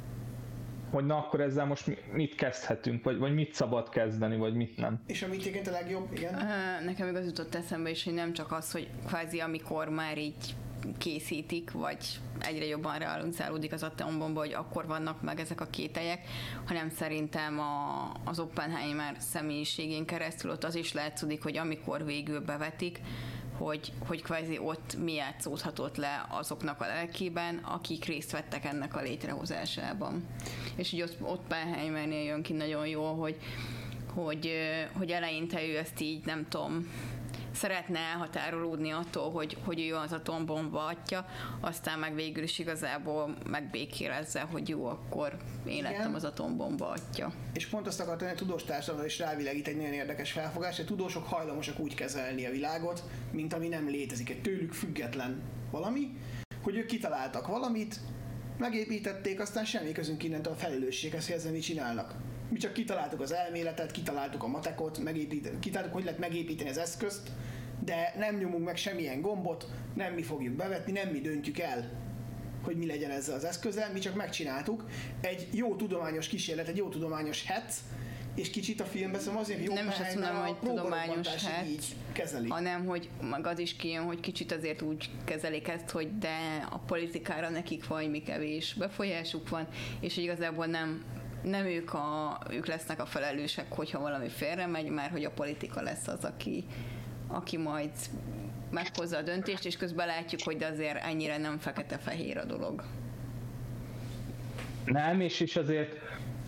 hogy na akkor ezzel most mit kezdhetünk, vagy, vagy mit szabad kezdeni, vagy mit nem. És amit egyébként a legjobb, igen? Nekem még az jutott eszembe is, hogy nem csak az, hogy kvázi amikor már így készítik, vagy egyre jobban realizálódik az atombomba, hogy akkor vannak meg ezek a kételyek, hanem szerintem a, az Oppenheimer személyiségén keresztül ott az is látszódik, hogy amikor végül bevetik, hogy, hogy kvázi ott mi játszódhatott le azoknak a lelkében, akik részt vettek ennek a létrehozásában. És hogy ott Oppenheimernél jön ki nagyon jó, hogy, hogy, hogy eleinte ő ezt így, nem tudom, szeretne elhatárolódni attól, hogy, hogy ő az atombomba atya, aztán meg végül is igazából megbékél ezzel, hogy jó, akkor én igen. lettem az atombomba atya. És pont azt akartam, hogy a tudós társadalomra is rávilágít egy nagyon érdekes felfogás, hogy a tudósok hajlamosak úgy kezelni a világot, mint ami nem létezik, egy tőlük független valami, hogy ők kitaláltak valamit, megépítették, aztán semmi közünk innentől a felelősséghez, hogy ezzel mit csinálnak. Mi csak kitaláltuk az elméletet, kitaláltuk a matekot, kitaláltuk, hogy lehet megépíteni az eszközt, de nem nyomunk meg semmilyen gombot, nem mi fogjuk bevetni, nem mi döntjük el, hogy mi legyen ezzel az eszközzel, mi csak megcsináltuk. Egy jó tudományos kísérlet, egy jó tudományos hec, és kicsit a filmben szóval azért jó, nem is azt mondom, hogy tudományos hát, így kezeli. Hanem, hogy meg az is kijön, hogy kicsit azért úgy kezelik ezt, hogy de a politikára nekik valami kevés befolyásuk van, és hogy igazából nem, nem ők, a, ők lesznek a felelősek, hogyha valami félre megy, mert hogy a politika lesz az, aki, aki majd meghozza a döntést, és közben látjuk, hogy de azért ennyire nem fekete-fehér a dolog. Nem, és is azért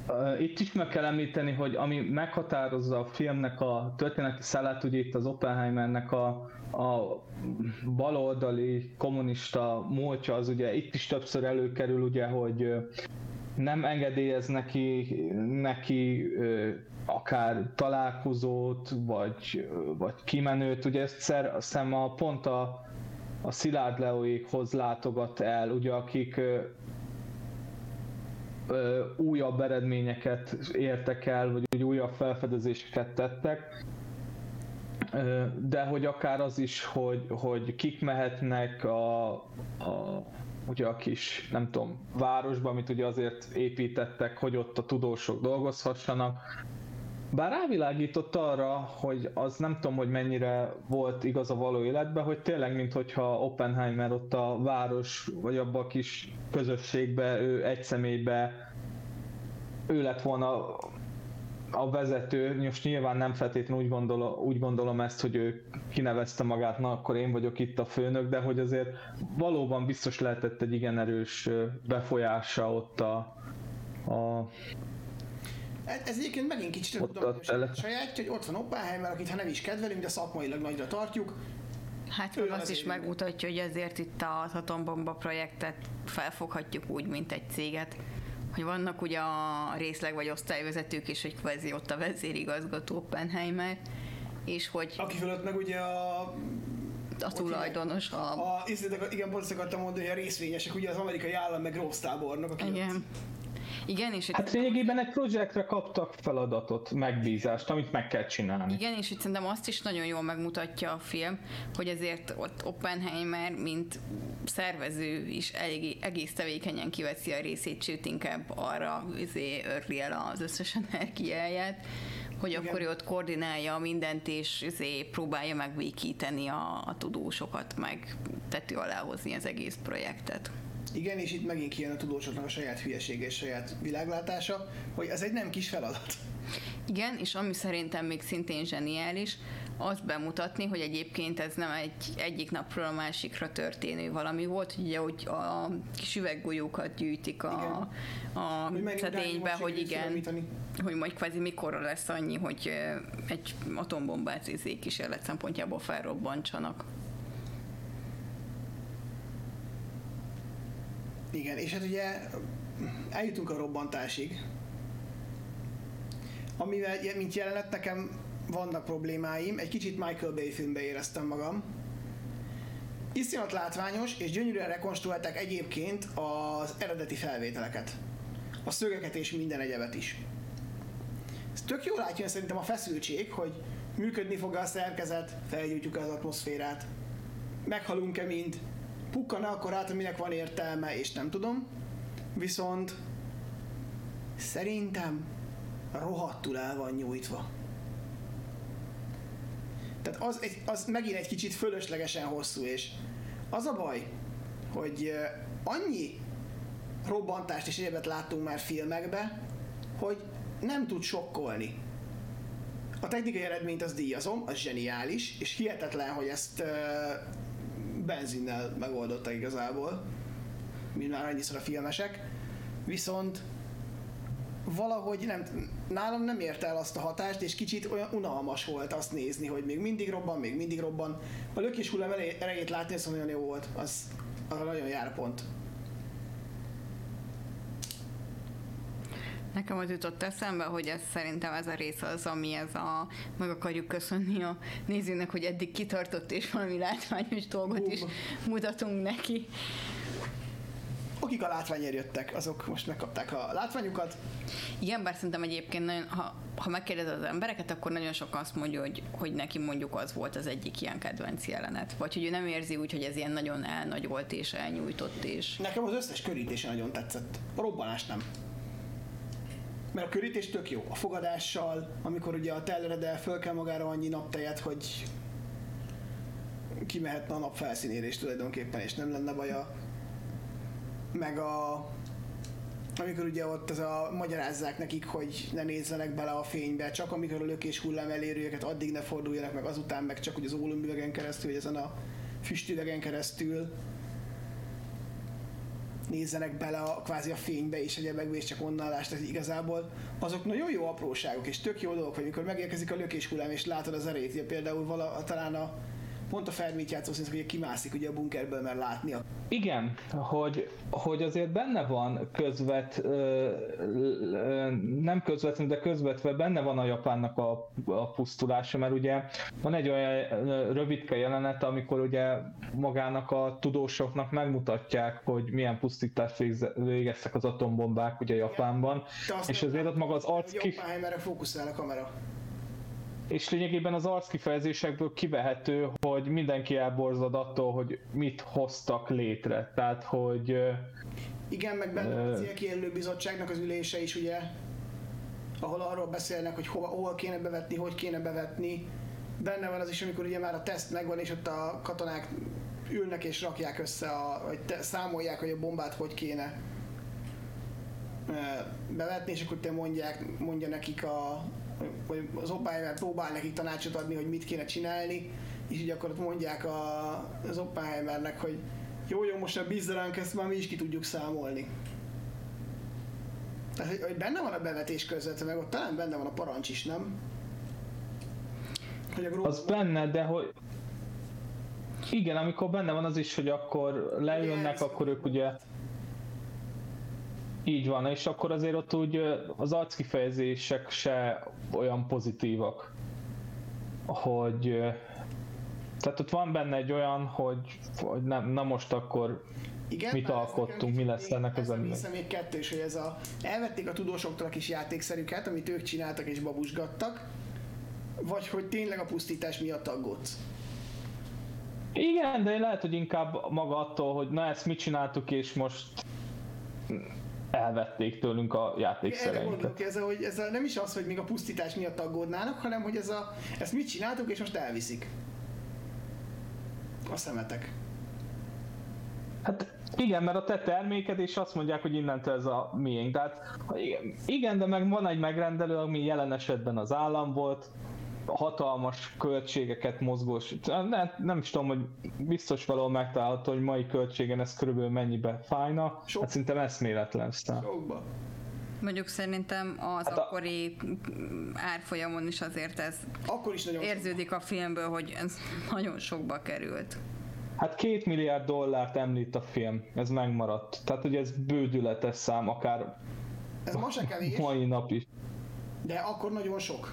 Itt is meg kell említeni, hogy ami meghatározza a filmnek a történeti szálát, ugye itt az Oppenheimernek a, a baloldali kommunista múltja, az ugye itt is többször előkerül, ugye, hogy nem engedélyez neki, neki akár találkozót, vagy, vagy kimenőt, ugye ezt szem a pont a, a Szilárd Leóékhoz látogat el, ugye, akik Ö, újabb eredményeket értek el, vagy úgy újabb felfedezéseket tettek, ö, de hogy akár az is, hogy, hogy kik mehetnek a, a, ugye a kis, nem tudom, városba, amit ugye azért építettek, hogy ott a tudósok dolgozhassanak. Bár rávilágított arra, hogy az nem tudom, hogy mennyire volt igaz a való életben, hogy tényleg, minthogyha Oppenheimer ott a város, vagy abban a kis közösségbe, ő egy személybe, ő lett volna a vezető. Most nyilván nem feltétlenül úgy gondolom, úgy gondolom ezt, hogy ő kinevezte magát, na akkor én vagyok itt a főnök, de hogy azért valóban biztos lehetett egy igen erős befolyása ott a, a Ez egyébként megint kicsit tudom, sajátja, hogy ott van Oppenheimer, akit ha nem is kedvelünk, de szakmailag nagyra tartjuk. Hát ő azt is megmutatja, hogy ezért itt az atombomba projektet felfoghatjuk úgy, mint egy céget. Hogy vannak ugye a részleg vagy osztályvezetők is, hogy kvázi ott a vezérigazgató Oppenheimer, és hogy... Aki fölött meg ugye a... A tulajdonos, a... a, a igen, pont azt akartam mondani, hogy a részvényesek, ugye az amerikai állam meg Gross-tábornok, aki igen. Ott... Igen, és hát lényegében egy projektre kaptak feladatot, megbízást, amit meg kell csinálni. Igen, és itt szerintem azt is nagyon jól megmutatja a film, hogy azért ott Oppenheimer, mint szervező is elég, egész tevékenyen kiveszi a részét, sőt inkább arra örli el az összes energiáját, hogy igen. Akkor ő ott koordinálja mindent, és próbálja megvékíteni a, a tudósokat, meg tető alá hozni az egész projektet. Igen, és itt megint kijön a tudósoknak a saját hülyesége és saját világlátása, hogy ez egy nem kis feladat. Igen, és ami szerintem még szintén zseniális, azt bemutatni, hogy egyébként ez nem egy egyik napról a másikra történő valami volt, ugye, hogy a kis üveggolyókat gyűjtik a, a szedénybe, hogy igen, hogy majd kvázi mikorra lesz annyi, hogy egy atombombát kísérlet szempontjából felrobbantsanak. Igen, és hát ugye eljutunk a robbantásig, amivel, mint jelenet, nekem vannak problémáim, egy kicsit Michael Bay filmbe éreztem magam. Iszonyat látványos és gyönyörűen rekonstruálták egyébként az eredeti felvételeket. A szögeket és minden egyebet is. Ez tök jól látja szerintem a feszültség, hogy működni fog a szerkezet, felgyújtjuk az atmoszférát, meghalunk-e mind, pukkan-e akkor át, aminek van értelme, és nem tudom. Viszont szerintem rohadtul el van nyújtva. Tehát az, egy, az megint egy kicsit fölöslegesen hosszú, és az a baj, hogy annyi robbantást és egyebet láttunk már filmekbe, hogy nem tud sokkolni. A technikai eredményt az díjazom, az zseniális, és hihetetlen, hogy ezt uh, benzinnel megoldotta igazából, mint már annyiszor a filmesek, viszont valahogy nem, nálam nem érte el azt a hatást, és kicsit olyan unalmas volt azt nézni, hogy még mindig robban, még mindig robban. A lökés hullám erejét látni, ez nagyon jó volt, az, az nagyon jár pont. Nekem az jutott eszembe, hogy ez szerintem ez a rész az, ami ez a, meg akarjuk köszönni a nézőnek, hogy eddig kitartott és valami látványos dolgot is mutatunk neki. Akik a látványért jöttek, azok most megkapták a látványukat. Igen, bár szerintem egyébként nagyon, ha, ha megkérdezed az embereket, akkor nagyon sokan azt mondja, hogy, hogy neki mondjuk az volt az egyik ilyen kedvenc jelenet. Vagy hogy ő nem érzi úgy, hogy ez ilyen nagyon elnagyolt és elnyújtott. És... Nekem az összes körítése nagyon tetszett. A robbanás nem. Mert a körítés tök jó. A fogadással, amikor ugye a telleredel föl kell magára annyi naptejet, hogy kimehetne a nap felszínére is tulajdonképpen, és nem lenne baja. Meg a... amikor ugye ott az a, magyarázzák nekik, hogy ne nézzenek bele a fénybe, csak amikor a lökés hullám eléri őket, addig ne forduljanak meg, azután meg csak ugye az ólomüvegen keresztül, vagy ezen a füstüvegen keresztül. nézzenek bele a, kvázi a fénybe és egyebekbe, és csak onnan lásd, tehát igazából azok nagyon jó apróságok, és tök jó dolgok, hogy amikor megérkezik a lökéshullám, és látod az erét, ugye például vala, talán a pont a Fermit játszó színész, hogy kimászik ugye a bunkerből, mert látni a... Igen, hogy, hogy azért benne van közvet, ö, ö, nem közvetlenül, de közvetve benne van a Japánnak a, a pusztulása, mert ugye van egy olyan rövidke jelenet, amikor ugye magának a tudósoknak megmutatják, hogy milyen pusztítást végeztek az atombombák ugye Japánban, és azért ott maga az arc kif... Oppenheimerre fókuszál a kamera. És lényegében az arckifejezésekből kivehető, hogy mindenki elborzad attól, hogy mit hoztak létre. Tehát, hogy... Igen, meg benne uh, a célkijelölő bizottságnak az ülése is, ugye, ahol arról beszélnek, hogy hova, hol kéne bevetni, hogy kéne bevetni. Benne van az is, amikor ugye már a teszt megvan, és ott a katonák ülnek és rakják össze, a, vagy te, számolják, hogy a bombát hogy kéne bevetni, és akkor te mondják, mondja nekik a vagy az Oppenheimer próbál nekik tanácsot adni, hogy mit kéne csinálni, és így akkor ott mondják a, az Oppenheimernek, hogy jó, jó, most már bízz ránk, ezt már mi is ki tudjuk számolni. Tehát, hogy, hogy benne van a bevetés között, meg ott talán benne van a parancs is, nem? Hogy a gró... Az benne, de hogy... Igen, amikor benne van az is, hogy akkor leülnek, akkor ők ugye... Így van, és akkor azért ott úgy az arckifejezések se olyan pozitívak, hogy tehát ott van benne egy olyan, hogy, hogy nem, na most akkor igen, mit alkottunk, mi lesz ennek az embernek. Hiszem még kettős, hogy ez a, elvették a tudósoktól a kis játékszerüket, amit ők csináltak és babusgattak, vagy hogy tényleg a pusztítás miatt aggódsz. Igen, de lehet, hogy inkább maga attól, hogy na ezt mit csináltuk és most elvették tőlünk a játékszereinket. Erre gondolok, ez, a, hogy ez a, nem is az, hogy még a pusztítás miatt aggódnának, hanem hogy ez a, ezt mit csináltuk és most elviszik a szemetek. Hát igen, mert a te terméked, és azt mondják, hogy innentől ez a miénk. Tehát igen, de meg van egy megrendelő, ami jelen esetben az állam volt, hatalmas költségeket mozgós. Nem, nem is tudom, hogy biztos valahol megtalálható, hogy mai költségen ez körülbelül mennyibe fájna. Sok. Hát szerintem eszméletlen. Sokba. Mondjuk szerintem az hát akkori a... árfolyamon is azért ez Akkor is nagyon érződik sokba. A filmből, hogy ez nagyon sokba került. Hát két milliárd dollárt említ a film, ez megmaradt. Tehát, hogy ez bődületes szám, akár ez ma se kevés, mai nap is. De akkor nagyon sok.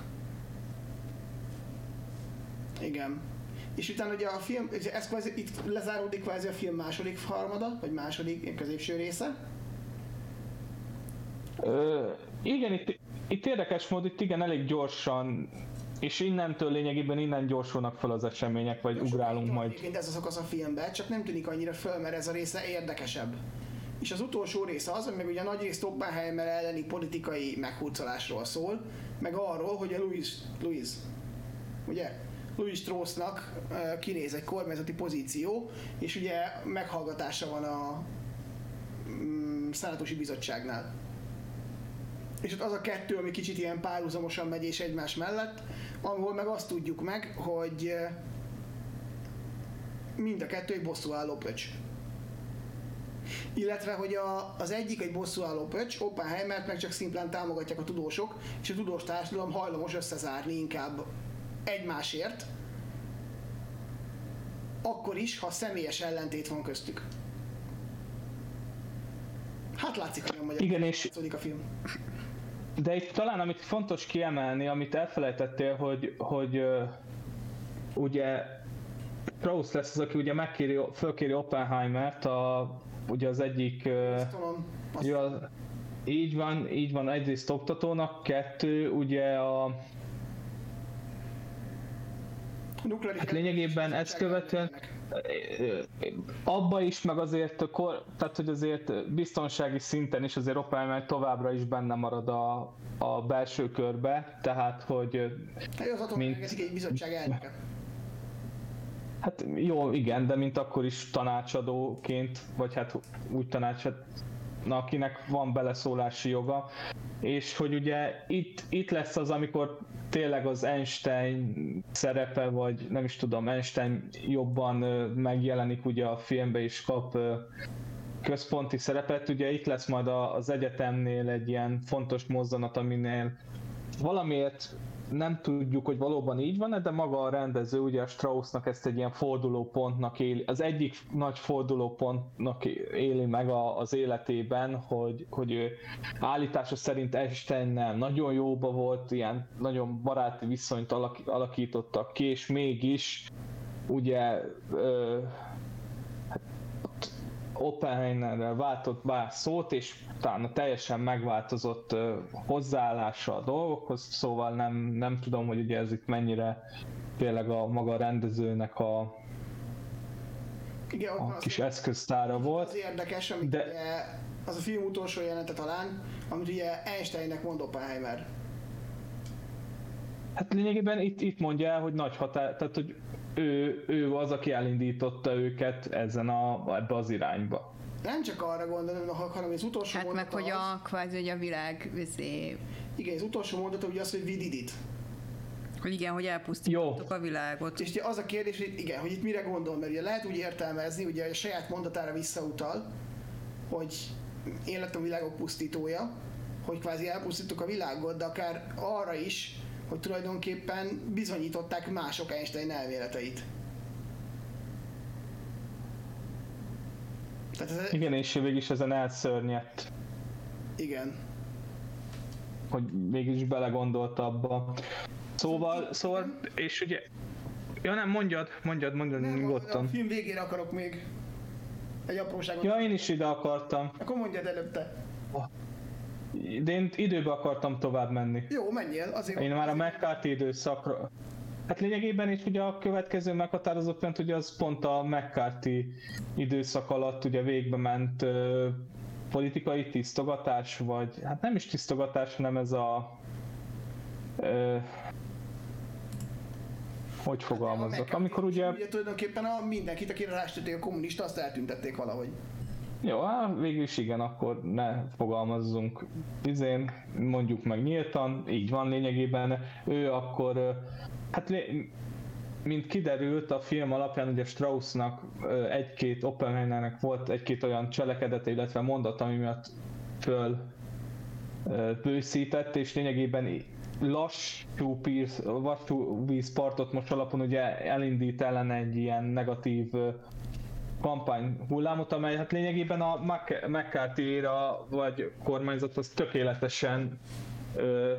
Igen. És utána ugye a film, ez kvázi, itt lezáródik kvázi a film második harmada, vagy második középső része. Ö, igen, itt, itt érdekes módon, itt igen, elég gyorsan, és innentől lényegében innen gyorsulnak fel az események, vagy Most ugrálunk majd. Egyébként ez az szakasz a filmben, csak nem tűnik annyira föl, mert ez a része érdekesebb. És az utolsó része az, hogy meg ugye nagyrészt Oppenheimer elleni politikai meghurcolásról szól, meg arról, hogy a Louis, Louis ugye? Louis Straussnak kinéz egy kormányzati pozíció, és ugye meghallgatása van a mm, szenátusi bizottságnál. És ott az a kettő, ami kicsit ilyen párhuzamosan megy és egymás mellett, ahol meg azt tudjuk meg, hogy mind a kettő egy bosszúálló pöcs. Illetve, hogy a, az egyik egy bosszúálló pöcs, Oppenheimert meg csak szimplán támogatják a tudósok, és a tudós társadalom hajlamos összezárni inkább egymásért, akkor is, ha személyes ellentét van köztük. Hát látszik, hogy nem magyar. Igen, és a film. De itt talán amit fontos kiemelni, amit elfelejtettél, hogy, hogy uh, ugye Strauss lesz az, aki ugye megkéri, fölkéri Oppenheimert, a, ugye az egyik uh, jó, így van, így van, egyrészt oktatónak, kettő, ugye a hát lényegében ezt követően abba is, meg azért, tehát hogy azért biztonsági szinten is azért Oppenheimer továbbra is benne marad a, a belső körbe, tehát hogy hát az atomenergetik egy bizottság elnöke. Hát jó, igen, de mint akkor is tanácsadóként, vagy hát úgy tanácsadó, akinek van beleszólási joga, és hogy ugye itt, itt lesz az, amikor tényleg az Einstein szerepe, vagy nem is tudom, Einstein jobban megjelenik ugye a filmbe, és kap központi szerepet. Ugye itt lesz majd az egyetemnél egy ilyen fontos mozzanat, aminél valamiért nem tudjuk, hogy valóban így van-e, de maga a rendező, ugye a Straussnak ezt egy ilyen fordulópontnak éli, az egyik nagy fordulópontnak éli meg a, az életében, hogy, hogy ő állítása szerint Einsteinnel nagyon jóba volt, ilyen nagyon baráti viszonyt alak, alakítottak ki, és mégis ugye ö, Oppenheimerrel váltott bár szót, és utána teljesen megváltozott uh, hozzáállása a dolgokhoz, szóval nem, nem tudom, hogy ugye ez itt mennyire tényleg a maga rendezőnek a, igen, a kis az, eszköztára volt. Az érdekes, amit de... ugye, az a film utolsó jelenete talán, amit ugye Einsteinnek mond Oppenheimer. Hát lényegében itt, itt mondja el, hogy nagy határ, tehát hogy ő, ő az, aki elindította őket ezen a, ebbe az irányba. Nem csak arra gondolom, hanem az utolsó hát mondata meg, hogy az, a kvázi, hogy a világ vizé... Igen, az utolsó mondata ugye az, hogy we did it. Hogy igen, hogy elpusztítottuk a világot. És ugye az a kérdés, hogy igen, hogy itt mire gondol, mert ugye lehet úgy értelmezni, ugye a saját mondatára visszautal, hogy én lettem a világok pusztítója, hogy kvázi elpusztítok a világot, de akár arra is, hogy tulajdonképpen bizonyították mások Einstein elméleteit. Tehát ez igen, és végig ezen elszörnyedt. Igen. Hogy mégis belegondolt abba. Szóval, szóval, és ugye... Ja nem, mondjad, mondjad, mondjad, nem, nyugodtan. A film végére akarok még egy apróságot. Ja, én is ide akartam. Akkor mondjad előtte. De én időbe akartam tovább menni. Jó, menjél. Azért én már a azért... McCarthy időszakra... Hát lényegében is ugye a következő meghatározott pont, ugye az pont a McCarthy időszak alatt ugye végbe ment uh, politikai tisztogatás, vagy hát nem is tisztogatás, hanem ez a... Uh, hogy fogalmazzak? Amikor ugye... Ugye tulajdonképpen a mindenkit, akire rástették a kommunista, azt eltüntették valahogy. Jó, hát végül is igen, akkor ne fogalmazzunk izén, mondjuk meg nyíltan, így van lényegében. Ő akkor, hát mint kiderült a film alapján, ugye Straussnak egy-két, Oppenheimernek volt egy-két olyan cselekedete, illetve mondat, ami miatt föl bőszített, és lényegében lassú vízpartot most alapon ugye elindít ellen egy ilyen negatív kampány hullámot, amely hát lényegében a McCarthy-ra vagy kormányzathoz tökéletesen ö,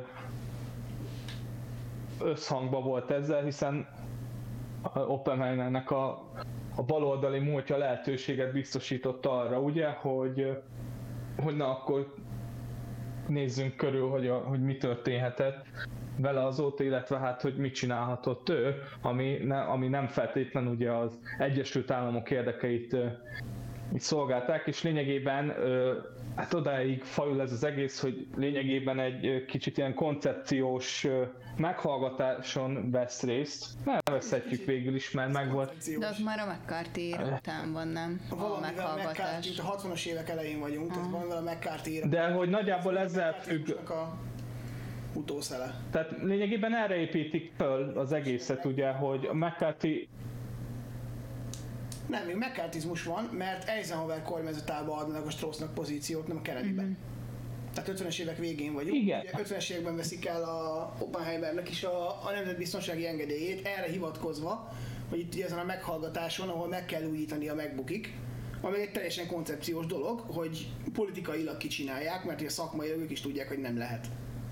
összhangba volt ezzel, hiszen Oppenheimernek a, a baloldali múltja lehetőséget biztosított arra, ugye, hogy, hogy na akkor nézzünk körül, hogy, a, hogy mi történhetett vele azóta, illetve hát, hogy mit csinálhatott ő, ami, ne, ami nem feltétlenül ugye az Egyesült Államok érdekeit így szolgálták, és lényegében hát odáig fajul ez az egész, hogy lényegében egy kicsit ilyen koncepciós meghallgatáson vesz részt. Nevezhetjük végül is, mert meg volt. De az már a McCarthy után van, nem? A meghallgatás. A hatvanas évek elején vagyunk, tehát valamivel a McCarthy. De hogy nagyjából ezzel függ... utószele. Tehát lényegében erre építik föl az egészet, ugye, hogy a McCarthy... Nem, még McCarthyzmus van, mert Eisenhower kormányzatában adnak a Straussnak pozíciót, nem a Kennedyben. Mm-hmm. Tehát ötvenes évek végén vagyunk. Igen. Ugye ötvenes években veszik el a Oppenheimernek is a, a nemzetbiztonsági engedélyét, erre hivatkozva, hogy itt ugye ezen a meghallgatáson, ahol meg kell újítani a megbukik, ami egy teljesen koncepciós dolog, hogy politikailag kicsinálják, mert ugye szakmailag ők is tudják, hogy nem lehet.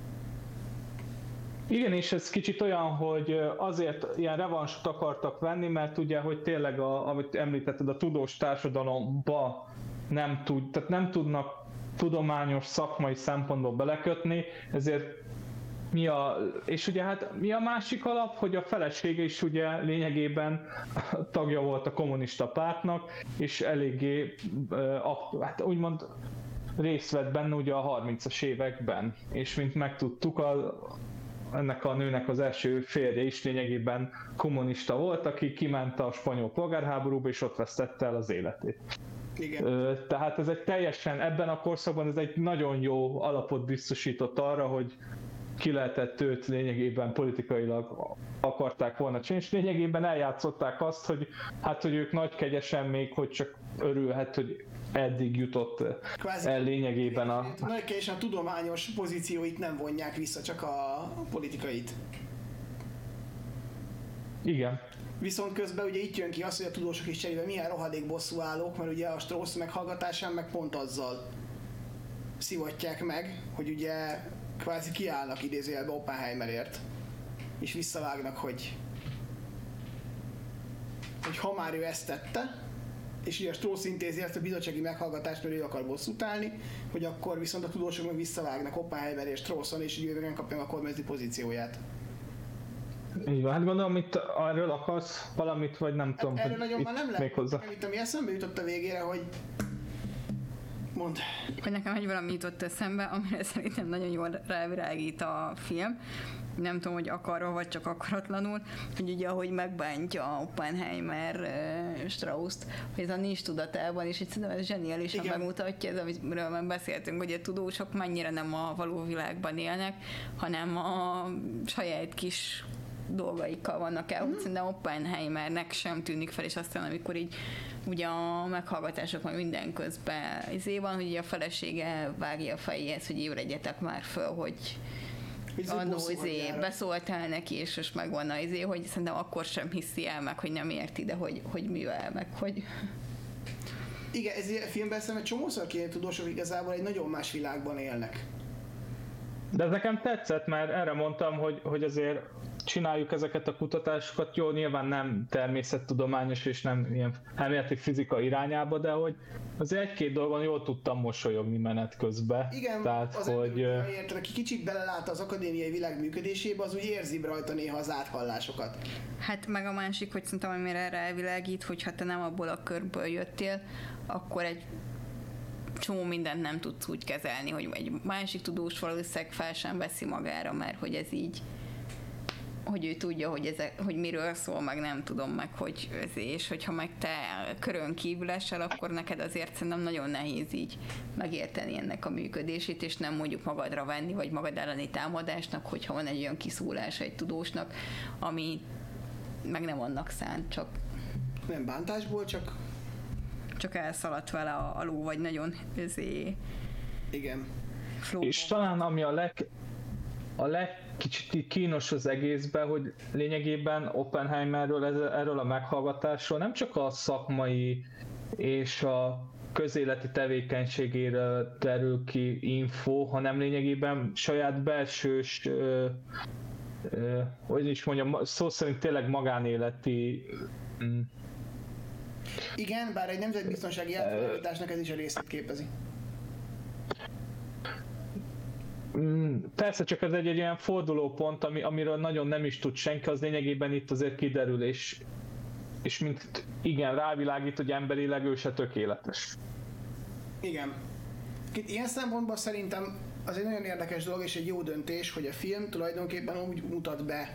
Igen, és ez kicsit olyan, hogy azért ilyen revansot akartak venni, mert ugye, hogy tényleg, a, amit említetted, a tudós társadalomba nem, tud, tehát nem tudnak tudományos, szakmai szempontból belekötni, ezért mi a, és ugye hát mi a másik alap, hogy a felesége is ugye lényegében tagja volt a kommunista pártnak, és eléggé hát úgymond részt vett benne ugye a harmincas években, és mint megtudtuk, a, ennek a nőnek az első férje is lényegében kommunista volt, aki kiment a spanyol polgárháborúba, és ott vesztette el az életét. Igen. Tehát ez egy teljesen, ebben a korszakban ez egy nagyon jó alapot biztosított arra, hogy ki lehetett őt lényegében politikailag akarták volna csinálni, és lényegében eljátszották azt, hogy hát, hogy ők nagy kegyesen még, hogy csak örülhet, hogy eddig jutott Kvázi el lényegében a... Nagy kérdésen a tudományos pozícióit nem vonják vissza, csak a politikait. Igen. Viszont közben ugye itt jön ki az, hogy a tudósok is cserébe milyen rohadék bosszúállók, mert ugye a Strauss meghallgatásán meg pont azzal szivatják meg, hogy ugye kvázi kiállnak idézőjelbe Oppenheimerért, és visszavágnak, hogy hogy ha már ő ezt tette, és ugye a Strauss intézi ezt a bizottsági meghallgatást, mert ő akar bosszút állni, hogy akkor viszont a tudósok meg visszavágnak Oppenheimer és Strausson, és ugye ő nem kapja a kormányzati pozícióját. Így van, hát gondolom, itt erről akarsz valamit, vagy nem tudom, hát erről nagyon hogy már nem még hozzá. lehet, amit ami eszembe jutott a végére, hogy mondd. Hogy nekem egy valami jutott eszembe, amire szerintem nagyon jól rávilágít a film. Nem tudom, hogy akarva vagy csak akaratlanul, hogy ugye ahogy megbántja Oppenheimer uh, Strauss-t, hogy ez a nincs tudatában, és így szerintem ez zseniálisan bemutatja, ez, amiről már beszéltünk, hogy a tudósok mennyire nem a való világban élnek, hanem a saját kis dolgaikkal vannak el, mm. hogy szerintem Oppenheimernek sem tűnik fel, és aztán amikor így ugye a meghallgatások majd minden közben izé van, hogy a felesége vágja a fejéhez, hogy ébredjetek már föl, hogy annó izé beszóltál neki, és most megvan a izé, hogy szerintem akkor sem hiszi el meg, hogy nem érti, de hogy, hogy mivel, meg hogy... Igen, ez a filmben szerintem egy csomószor kéne tudósok igazából egy nagyon más világban élnek. De ez nekem tetszett, mert erre mondtam, hogy, hogy azért csináljuk ezeket a kutatásokat, jó, nyilván nem természettudományos és nem ilyen elméleti fizika irányába, de hogy azért egy-két dolgon jól tudtam mosolyogni menet közben. Igen, tehát, az hogy... ember, érted, aki kicsit belelát az akadémiai világ működésébe, az úgy érzi rajta néha az áthallásokat. Hát meg a másik, hogy szerintem amire erre elvilágít, hogy ha te nem abból a körből jöttél, akkor egy csomó mindent nem tudsz úgy kezelni, hogy egy másik tudós valószínűleg fel sem veszi magára, mert hogy ez így, hogy ő tudja, hogy, ezek, hogy miről szól, meg nem tudom, meg hogy ez, és hogyha meg te körön kívül esel, akkor neked azért szerintem nagyon nehéz így megérteni ennek a működését, és nem mondjuk magadra venni, vagy magad elleni támadásnak, hogyha van egy olyan kiszólás egy tudósnak, ami meg nem annak szánt, csak nem bántásból, csak csak elszaladt vele a, a ló, vagy nagyon ezé... Igen. Flóban. És talán ami a leg... a legkicsit kínos az egészben, hogy lényegében Oppenheimerről, ez, erről a meghallgatásról nem csak a szakmai és a közéleti tevékenységéről terül ki info, hanem lényegében saját belsős, ö, ö, hogy is mondjam, szó szerint tényleg magánéleti mm, igen, bár egy nemzetbiztonsági átvilágításnak ez is a részét képezi. Persze, csak ez egy, egy ilyen fordulópont, ami, amiről nagyon nem is tud senki, az lényegében itt azért kiderül, és, és mint igen, rávilágít, hogy emberileg ő se tökéletes. Igen. Itt ilyen szempontból szerintem az egy nagyon érdekes dolog, és egy jó döntés, hogy a film tulajdonképpen úgy mutat be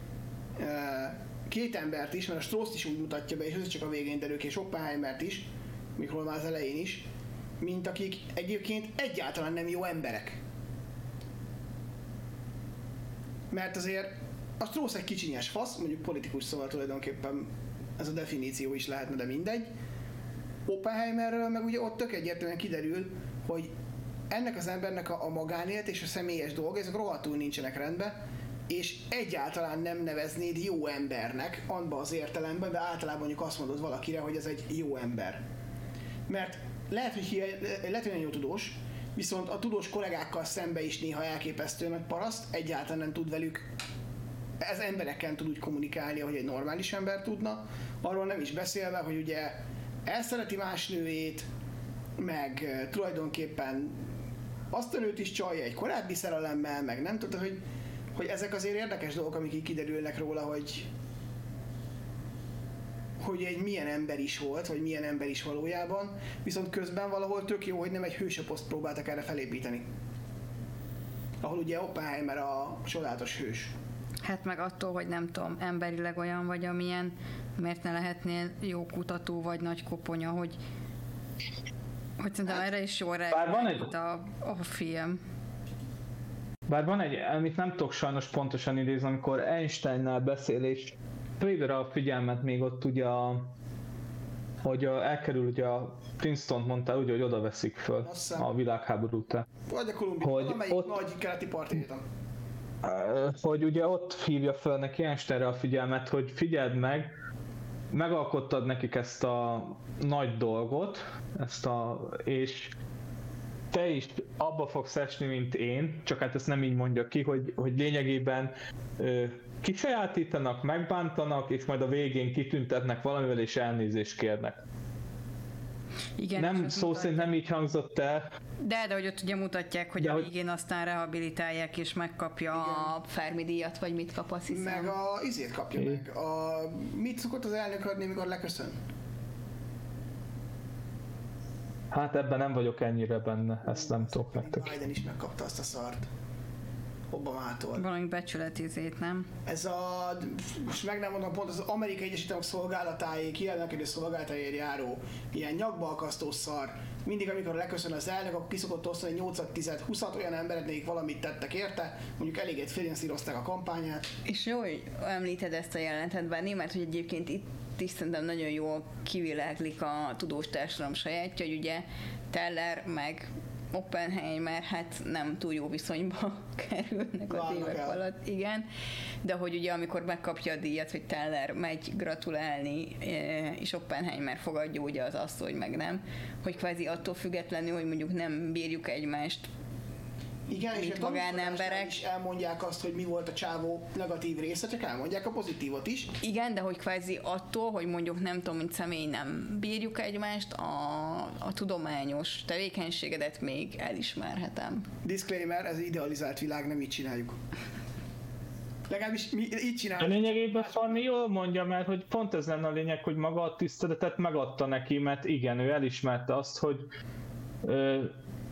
két embert is, mert a Strauss-t is úgy mutatja be, és ez csak a végén derül ki, és Oppenheimert is, mikor már az elején is, mint akik egyébként egyáltalán nem jó emberek. Mert azért a Strauss egy kicsinyes fasz, mondjuk politikus, szóval tulajdonképpen ez a definíció is lehetne, de mindegy. Oppenheimerről meg ugye ott tök egyértelműen kiderül, hogy ennek az embernek a, a magánélet és a személyes dolga, ezek rohadtul nincsenek rendben, és egyáltalán nem neveznéd jó embernek, abban az értelemben, de általában mondjuk azt mondod valakire, hogy ez egy jó ember. Mert lehet, hogy, hiány, lehet, hogy nagyon jó tudós, viszont a tudós kollégákkal szembe is néha elképesztő nagy paraszt, egyáltalán nem tud velük, ez emberekkel tud úgy kommunikálni, ahogy egy normális ember tudna, arról nem is beszélve, hogy ugye elszereti más nőjét, meg tulajdonképpen azt a nőt is csalja egy korábbi szerelemmel, meg nem tudod, hogy, hogy ezek azért érdekes dolgok, amik így kiderülnek róla, hogy hogy egy milyen ember is volt, vagy milyen ember is valójában, viszont közben valahol tök jó, hogy nem egy hősöposzt próbáltak erre felépíteni. Ahol ugye Oppenheimer a csodálatos hős. Hát meg attól, hogy nem tudom, emberileg olyan vagy, amilyen, miért ne lehetnél jó kutató, vagy nagy koponya, hogy hogy szerintem hát, erre is jól rájött a, a film. Bár van egy, amit nem tudok sajnos pontosan idézni, amikor Einsteinnál beszél, és fölhívja a figyelmet még ott ugye a, hogy a, elkerül, ugye a Princeton mondtál, ugye, hogy oda veszik föl a világháború után. Vagy a Kolumbia, hogy valamelyik ott, nagy keleti partéton. Hogy ugye ott hívja föl neki Einsteinre a figyelmet, hogy figyeld meg, megalkottad nekik ezt a nagy dolgot, ezt a, és te is abba fogsz esni, mint én, csak hát ezt nem így mondja ki, hogy, hogy lényegében ö, kisajátítanak, megbántanak, és majd a végén kitüntetnek valamivel, és elnézést kérnek. Igen, nem szó szerint nem így hangzott el. De, de hogy ott ugye mutatják, hogy de a végén hogy... aztán rehabilitálják, és megkapja igen. a Fermi díjat, vagy mit kap, azt hiszem. Meg a izét kapja é. meg. A, mit szokott az elnök adni, mikor leköszön? Hát ebben nem vagyok ennyire benne, ezt nem tudok nektek. Biden is megkapta azt a szart. Obamától. Valami becsületizét, nem? Ez a, most meg nem mondom pont, az Amerikai Egyesült Államok szolgálatáé, kijelentkedő szolgálatáért járó ilyen nyakbalkasztó szar. Mindig, amikor leköszön az elnök, akkor kiszokott osztani nyolcat, tízet, húszat olyan emberet, akik valamit tettek érte, mondjuk elégét finanszírozták a kampányát. És jó, hogy említed ezt a jelentet, Benni, mert hogy egyébként itt is szerintem nagyon jól kiviláglik a tudós társadalom sajátja, hogy ugye Teller meg Oppenheimer hát nem túl jó viszonyba kerülnek az évek el. alatt, igen, de hogy ugye amikor megkapja a díjat, hogy Teller megy gratulálni, és Oppenheimer fogadja ugye az azt, hogy meg nem, hogy kvázi attól függetlenül, hogy mondjuk nem bírjuk egymást, igen, és a magánemberek is elmondják azt, hogy mi volt a csávó negatív része, csak elmondják a pozitívot is. Igen, de hogy kvázi attól, hogy mondjuk nem tudom, mint személy nem bírjuk egymást, a, a tudományos tevékenységedet még elismerhetem. Disclaimer, ez idealizált világ, nem így csináljuk. Legalábbis mi így csináljuk. A lényegében Fanni jól mondja, mert hogy pont ez lenne a lényeg, hogy maga a tiszteletet megadta neki, mert igen, ő elismerte azt, hogy ö,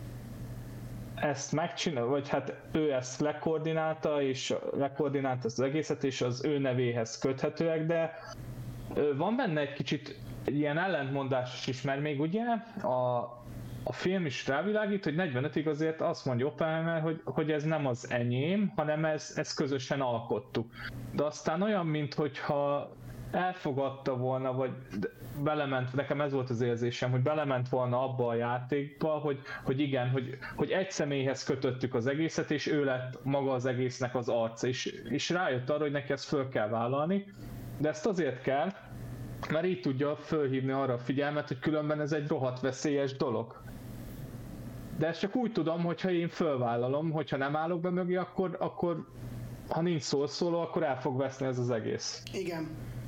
ezt megcsinál, vagy hát ő ezt lekoordinálta, és lekoordinálta az egészet, és az ő nevéhez köthetőek, de van benne egy kicsit egy ilyen ellentmondásos is, mert még ugye a, a film is rávilágít, hogy negyvenötig azért azt mondja Oppenheimer, hogy, hogy ez nem az enyém, hanem ez, ez közösen alkottuk. De aztán olyan, minthogyha elfogadta volna, vagy belement, nekem ez volt az érzésem, hogy belement volna abba a játékba, hogy, hogy igen, hogy, hogy egy személyhez kötöttük az egészet, és ő lett maga az egésznek az arca, és, és rájött arra, hogy neki ezt föl kell vállalni, de ezt azért kell, mert így tudja fölhívni arra a figyelmet, hogy különben ez egy rohadt veszélyes dolog. De ezt csak úgy tudom, hogyha én fölvállalom, hogyha nem állok be mögé, akkor, akkor ha nincs szól-szóló, akkor el fog veszni ez az egész. Igen.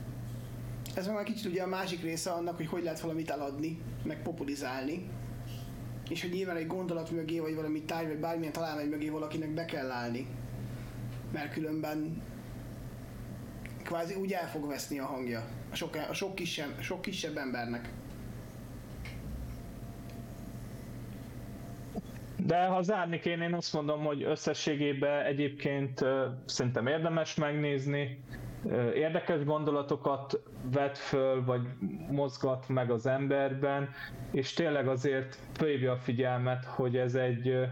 Ez meg már kicsit ugye a másik része annak, hogy hogy lehet valamit eladni, meg populizálni. És hogy nyilván egy gondolat mögé, vagy valami tárgy, vagy bármilyen találmány mögé valakinek be kell állni. Mert különben kvázi úgy el fog veszni a hangja a sok, a sok, kisebb, sok kisebb embernek. De ha zárni kéne, én azt mondom, hogy összességében egyébként uh, szerintem érdemes megnézni. Uh, érdekes gondolatokat vet föl, vagy mozgat meg az emberben, és tényleg azért fölhívja a figyelmet, hogy ez egy... Uh,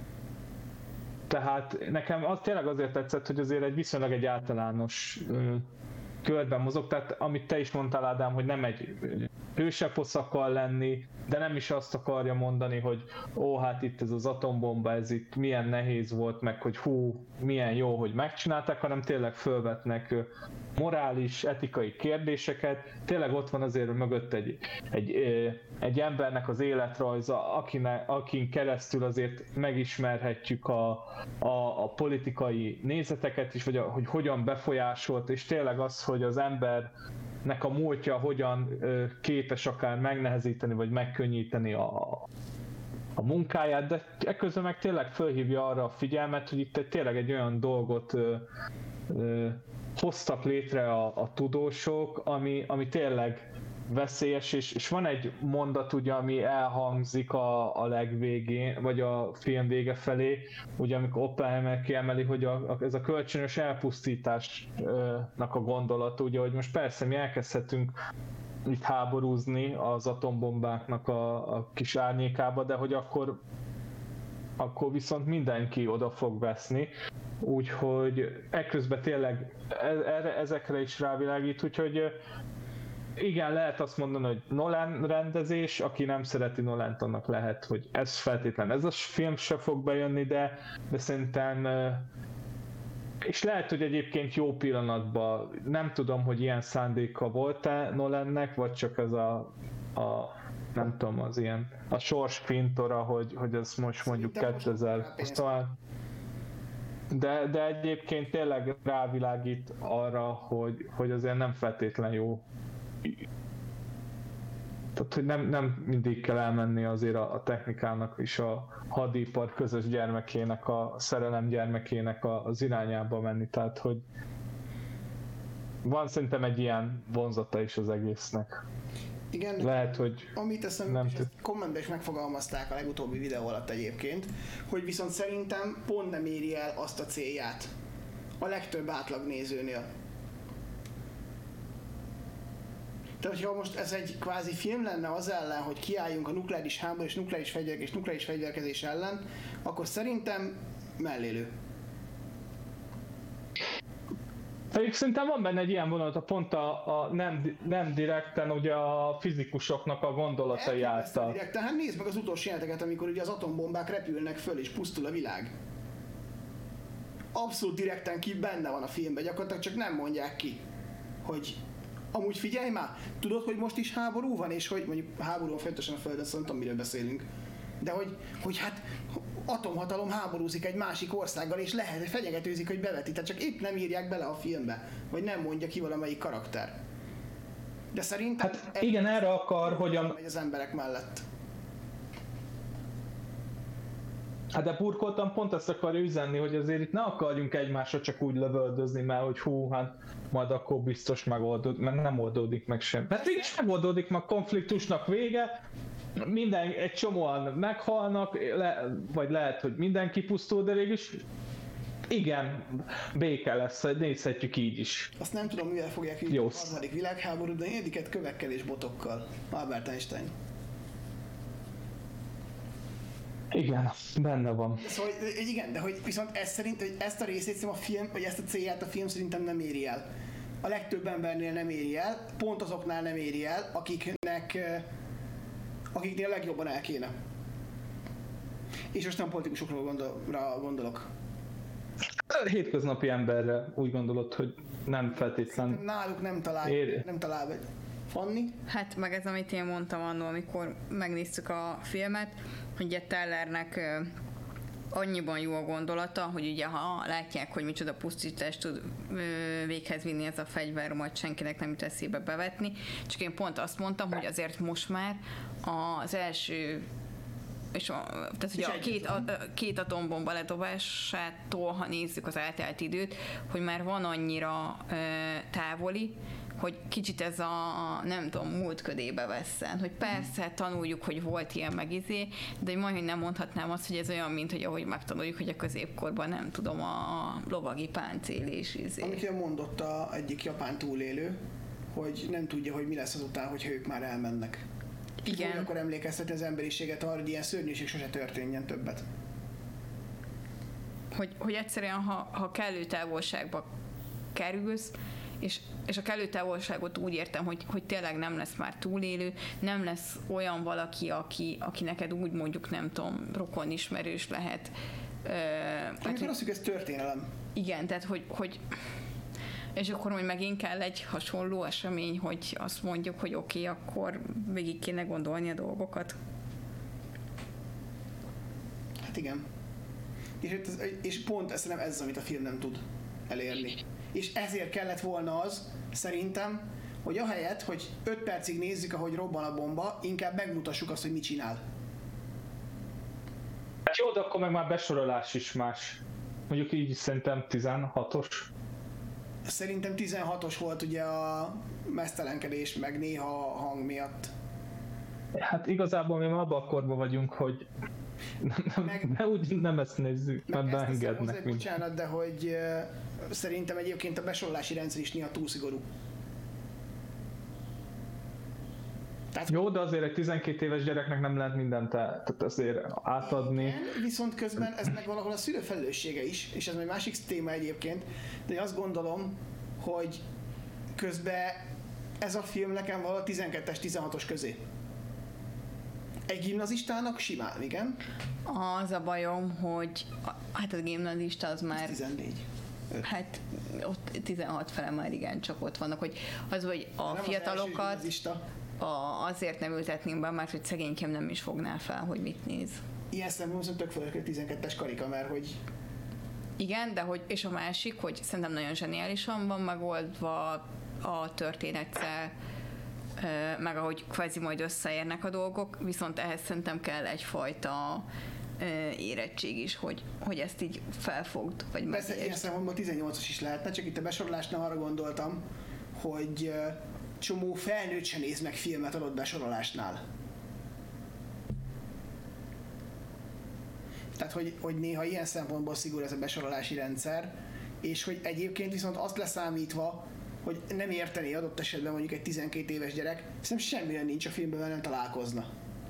tehát nekem az tényleg azért tetszett, hogy azért egy viszonylag egy általános uh, körben mozog, tehát amit te is mondtál, Ádám, hogy nem egy hőseposz akar lenni, de nem is azt akarja mondani, hogy ó, hát itt ez az atombomba, ez itt milyen nehéz volt, meg hogy hú, milyen jó, hogy megcsinálták, hanem tényleg fölvetnek morális, etikai kérdéseket. Tényleg ott van azért mögött egy, egy, egy embernek az életrajza, akine, akin keresztül azért megismerhetjük a, a, a politikai nézeteket is, vagy a, hogy hogyan befolyásolt, és tényleg az, hogy az embernek a múltja hogyan képes akár megnehezíteni, vagy megkönnyíteni a, a munkáját, de ekközben meg tényleg fölhívja arra a figyelmet, hogy itt tényleg egy olyan dolgot ö, ö, hoztak létre a, a tudósok, ami, ami tényleg veszélyes, és, és van egy mondat ugye, ami elhangzik a, a legvégén, vagy a film vége felé, ugye amikor Oppenheimer kiemeli, hogy a, a, ez a kölcsönös elpusztításnak a gondolat, ugye, hogy most persze mi elkezdhetünk itt háborúzni az atombombáknak a, a kis árnyékába, de hogy akkor, akkor viszont mindenki oda fog veszni. Úgyhogy ekközben tényleg erre, ezekre is rávilágít, úgyhogy igen, lehet azt mondani, hogy Nolan rendezés, aki nem szereti Nolant, annak lehet, hogy ez feltétlen ez a film se fog bejönni, de, de szerintem és lehet, hogy egyébként jó pillanatban, nem tudom, hogy ilyen szándéka volt-e Nolannek, vagy csak ez a, a nem tudom, az ilyen a sors fintora, hogy, hogy ez most mondjuk kétezer-húsz de, de egyébként tényleg rávilágít arra, hogy, hogy azért nem feltétlen jó. Tehát, hogy nem, nem mindig kell elmenni azért a, a technikának is a hadipar közös gyermekének, a szerelem gyermekének a, az irányába menni. Tehát, hogy van szerintem egy ilyen vonzata is az egésznek. Igen, lehet, hogy amit eszem, nem és ezt kommentben is megfogalmazták a legutóbbi videó alatt egyébként, hogy viszont szerintem pont nem éri el azt a célját a legtöbb átlag nézőnél. Tehát, hogyha most ez egy kvázi film lenne az ellen, hogy kiálljunk a nukleáris háború és nukleáris fegyverek és nukleáris fegyverkezés ellen, akkor szerintem mellélő. Pedig szerintem van benne egy ilyen vonalat, a pont a, a nem, nem direkten ugye a fizikusoknak a gondolatai által. Direkten, hát nézd meg az utolsó jeleneteket, amikor ugye az atombombák repülnek föl és pusztul a világ. Abszolút direkten ki benne van a filmben, gyakorlatilag csak nem mondják ki, hogy amúgy figyelj már, tudod, hogy most is háború van, és hogy mondjuk háború van folyamatosan a Földön, szóval nem tudom, miről beszélünk. De hogy, hogy hát atomhatalom háborúzik egy másik országgal, és lehet, hogy fenyegetőzik, hogy beveti, tehát csak épp nem írják bele a filmbe, vagy nem mondja ki valamelyik karakter. De szerintem... Hát igen, erre akar, hogy a... megy az emberek mellett. Hát de burkoltan pont ezt akarja üzenni, hogy azért itt ne akarjunk egymásra csak úgy lövöldözni, mert hogy hú, hát majd akkor biztos megoldódik, mert nem oldódik meg sem. Hát mégis megoldódik, meg konfliktusnak vége, minden, egy csomóan meghalnak, le, vagy lehet, hogy mindenki pusztul, de végülis igen, béke lesz, nézhetjük így is. Azt nem tudom, mivel fogják így a harmadik világháborút, de egyiket kövekkel és botokkal. Albert Einstein. Igen, benne van. Szóval igen, de hogy viszont ezt szerint, hogy ezt a részét a film, vagy ezt a célját a film szerintem nem éri el. A legtöbb embernél nem éri el, pont azoknál nem éri el, akiknek, akiknél legjobban el kéne. És most nem politikusokra gondol, gondolok. A hétköznapi emberre úgy gondolod, hogy nem feltétlen... Náluk nem talál, nem talál vagy. Fanni? Hát meg ez, amit én mondtam annól, amikor megnéztük a filmet, hogy ugye Tellernek uh, annyiban jó a gondolata, hogy ugye ha látják, hogy micsoda pusztítást tud uh, véghez vinni ez a fegyver, majd senkinek nem jut eszébe bevetni, csak én pont azt mondtam, hogy azért most már az első és a, tehát ugye a két, a, a két atombomba ledobásától, ha nézzük az eltelt időt, hogy már van annyira uh, távoli, hogy kicsit ez a, nem tudom, múlt ködébe vesszen. Hogy persze tanuljuk, hogy volt ilyen meg izé, de majd nem mondhatnám azt, hogy ez olyan, mint hogy ahogy megtanuljuk, hogy a középkorban nem tudom, a lovagi páncélés izé. Amit mondott a egyik japán túlélő, hogy nem tudja, hogy mi lesz azután, hogyha ők már elmennek. Igen. Hogy akkor emlékeztetni az emberiséget arra, hogy ilyen szörnyűség sose történjen többet. Hogy, hogy egyszerűen, ha, ha kellő távolságba kerülsz, és, és a kellő távolságot úgy értem, hogy, hogy tényleg nem lesz már túlélő, nem lesz olyan valaki, aki, aki neked úgy mondjuk, nem tudom, rokon ismerős lehet. Amikor azt, hogy ez történelem. Igen, tehát hogy, hogy és akkor majd megint kell egy hasonló esemény, hogy azt mondjuk, hogy oké, okay, akkor végig kéne gondolni a dolgokat. Hát igen. És, és pont ez nem ez, amit a film nem tud elérni. És ezért kellett volna az, szerintem, hogy ahelyett, hogy öt percig nézzük, ahogy robban a bomba, inkább megmutassuk azt, hogy mit csinál. Hát jó, de akkor meg már besorolás is más. Mondjuk így szerintem tizenhatos. Szerintem tizenhatos volt ugye a mesztelenkedés, meg néha a hang miatt. Hát igazából mi abban a korban vagyunk, hogy nem, meg, ne úgy nem ezt nézzük, mert beengednek. Bocsánat, de hogy uh, szerintem egyébként a besorolási rendszer is néha túl szigorú. Tehát, jó, de azért egy tizenkét éves gyereknek nem lehet mindent tehát azért átadni. Igen, viszont közben ez meg valahol a szülő felelőssége is, és ez egy másik téma egyébként, de én azt gondolom, hogy közben ez a film nekem valahol tizenkettes tizenhatos közé. Egy gimnazistának simán, igen. Az a bajom, hogy a, hát a gimnazista az már... tizennégy. Hát ott tizenhat fele már igen, csak ott vannak, hogy az, hogy a Nem fiatalokat az a, azért nem ültetném be, mert hogy szegénykem nem is fogná fel, hogy mit néz. Ilyen szempontból tök fölök a tizenkettes karika, mert hogy... Igen, de hogy, és a másik, hogy szerintem nagyon zseniálisan van megoldva a történettel, meg ahogy kvázi majd összeérnek a dolgok, viszont ehhez szerintem kell egyfajta érettség is, hogy, hogy ezt így felfogd, vagy persze, megértsd. ilyen szempontból tizennyolcas is lehetne, csak itt a besorolásnál arra gondoltam, hogy csomó felnőtt sem néz meg filmet adott besorolásnál. Tehát, hogy, hogy néha ilyen szempontból szigorú ez a besorolási rendszer, és hogy egyébként viszont azt leszámítva, hogy nem érteni adott esetben mondjuk egy tizenkét éves gyerek, szerintem semmilyen nincs a filmben, mert nem találkozna.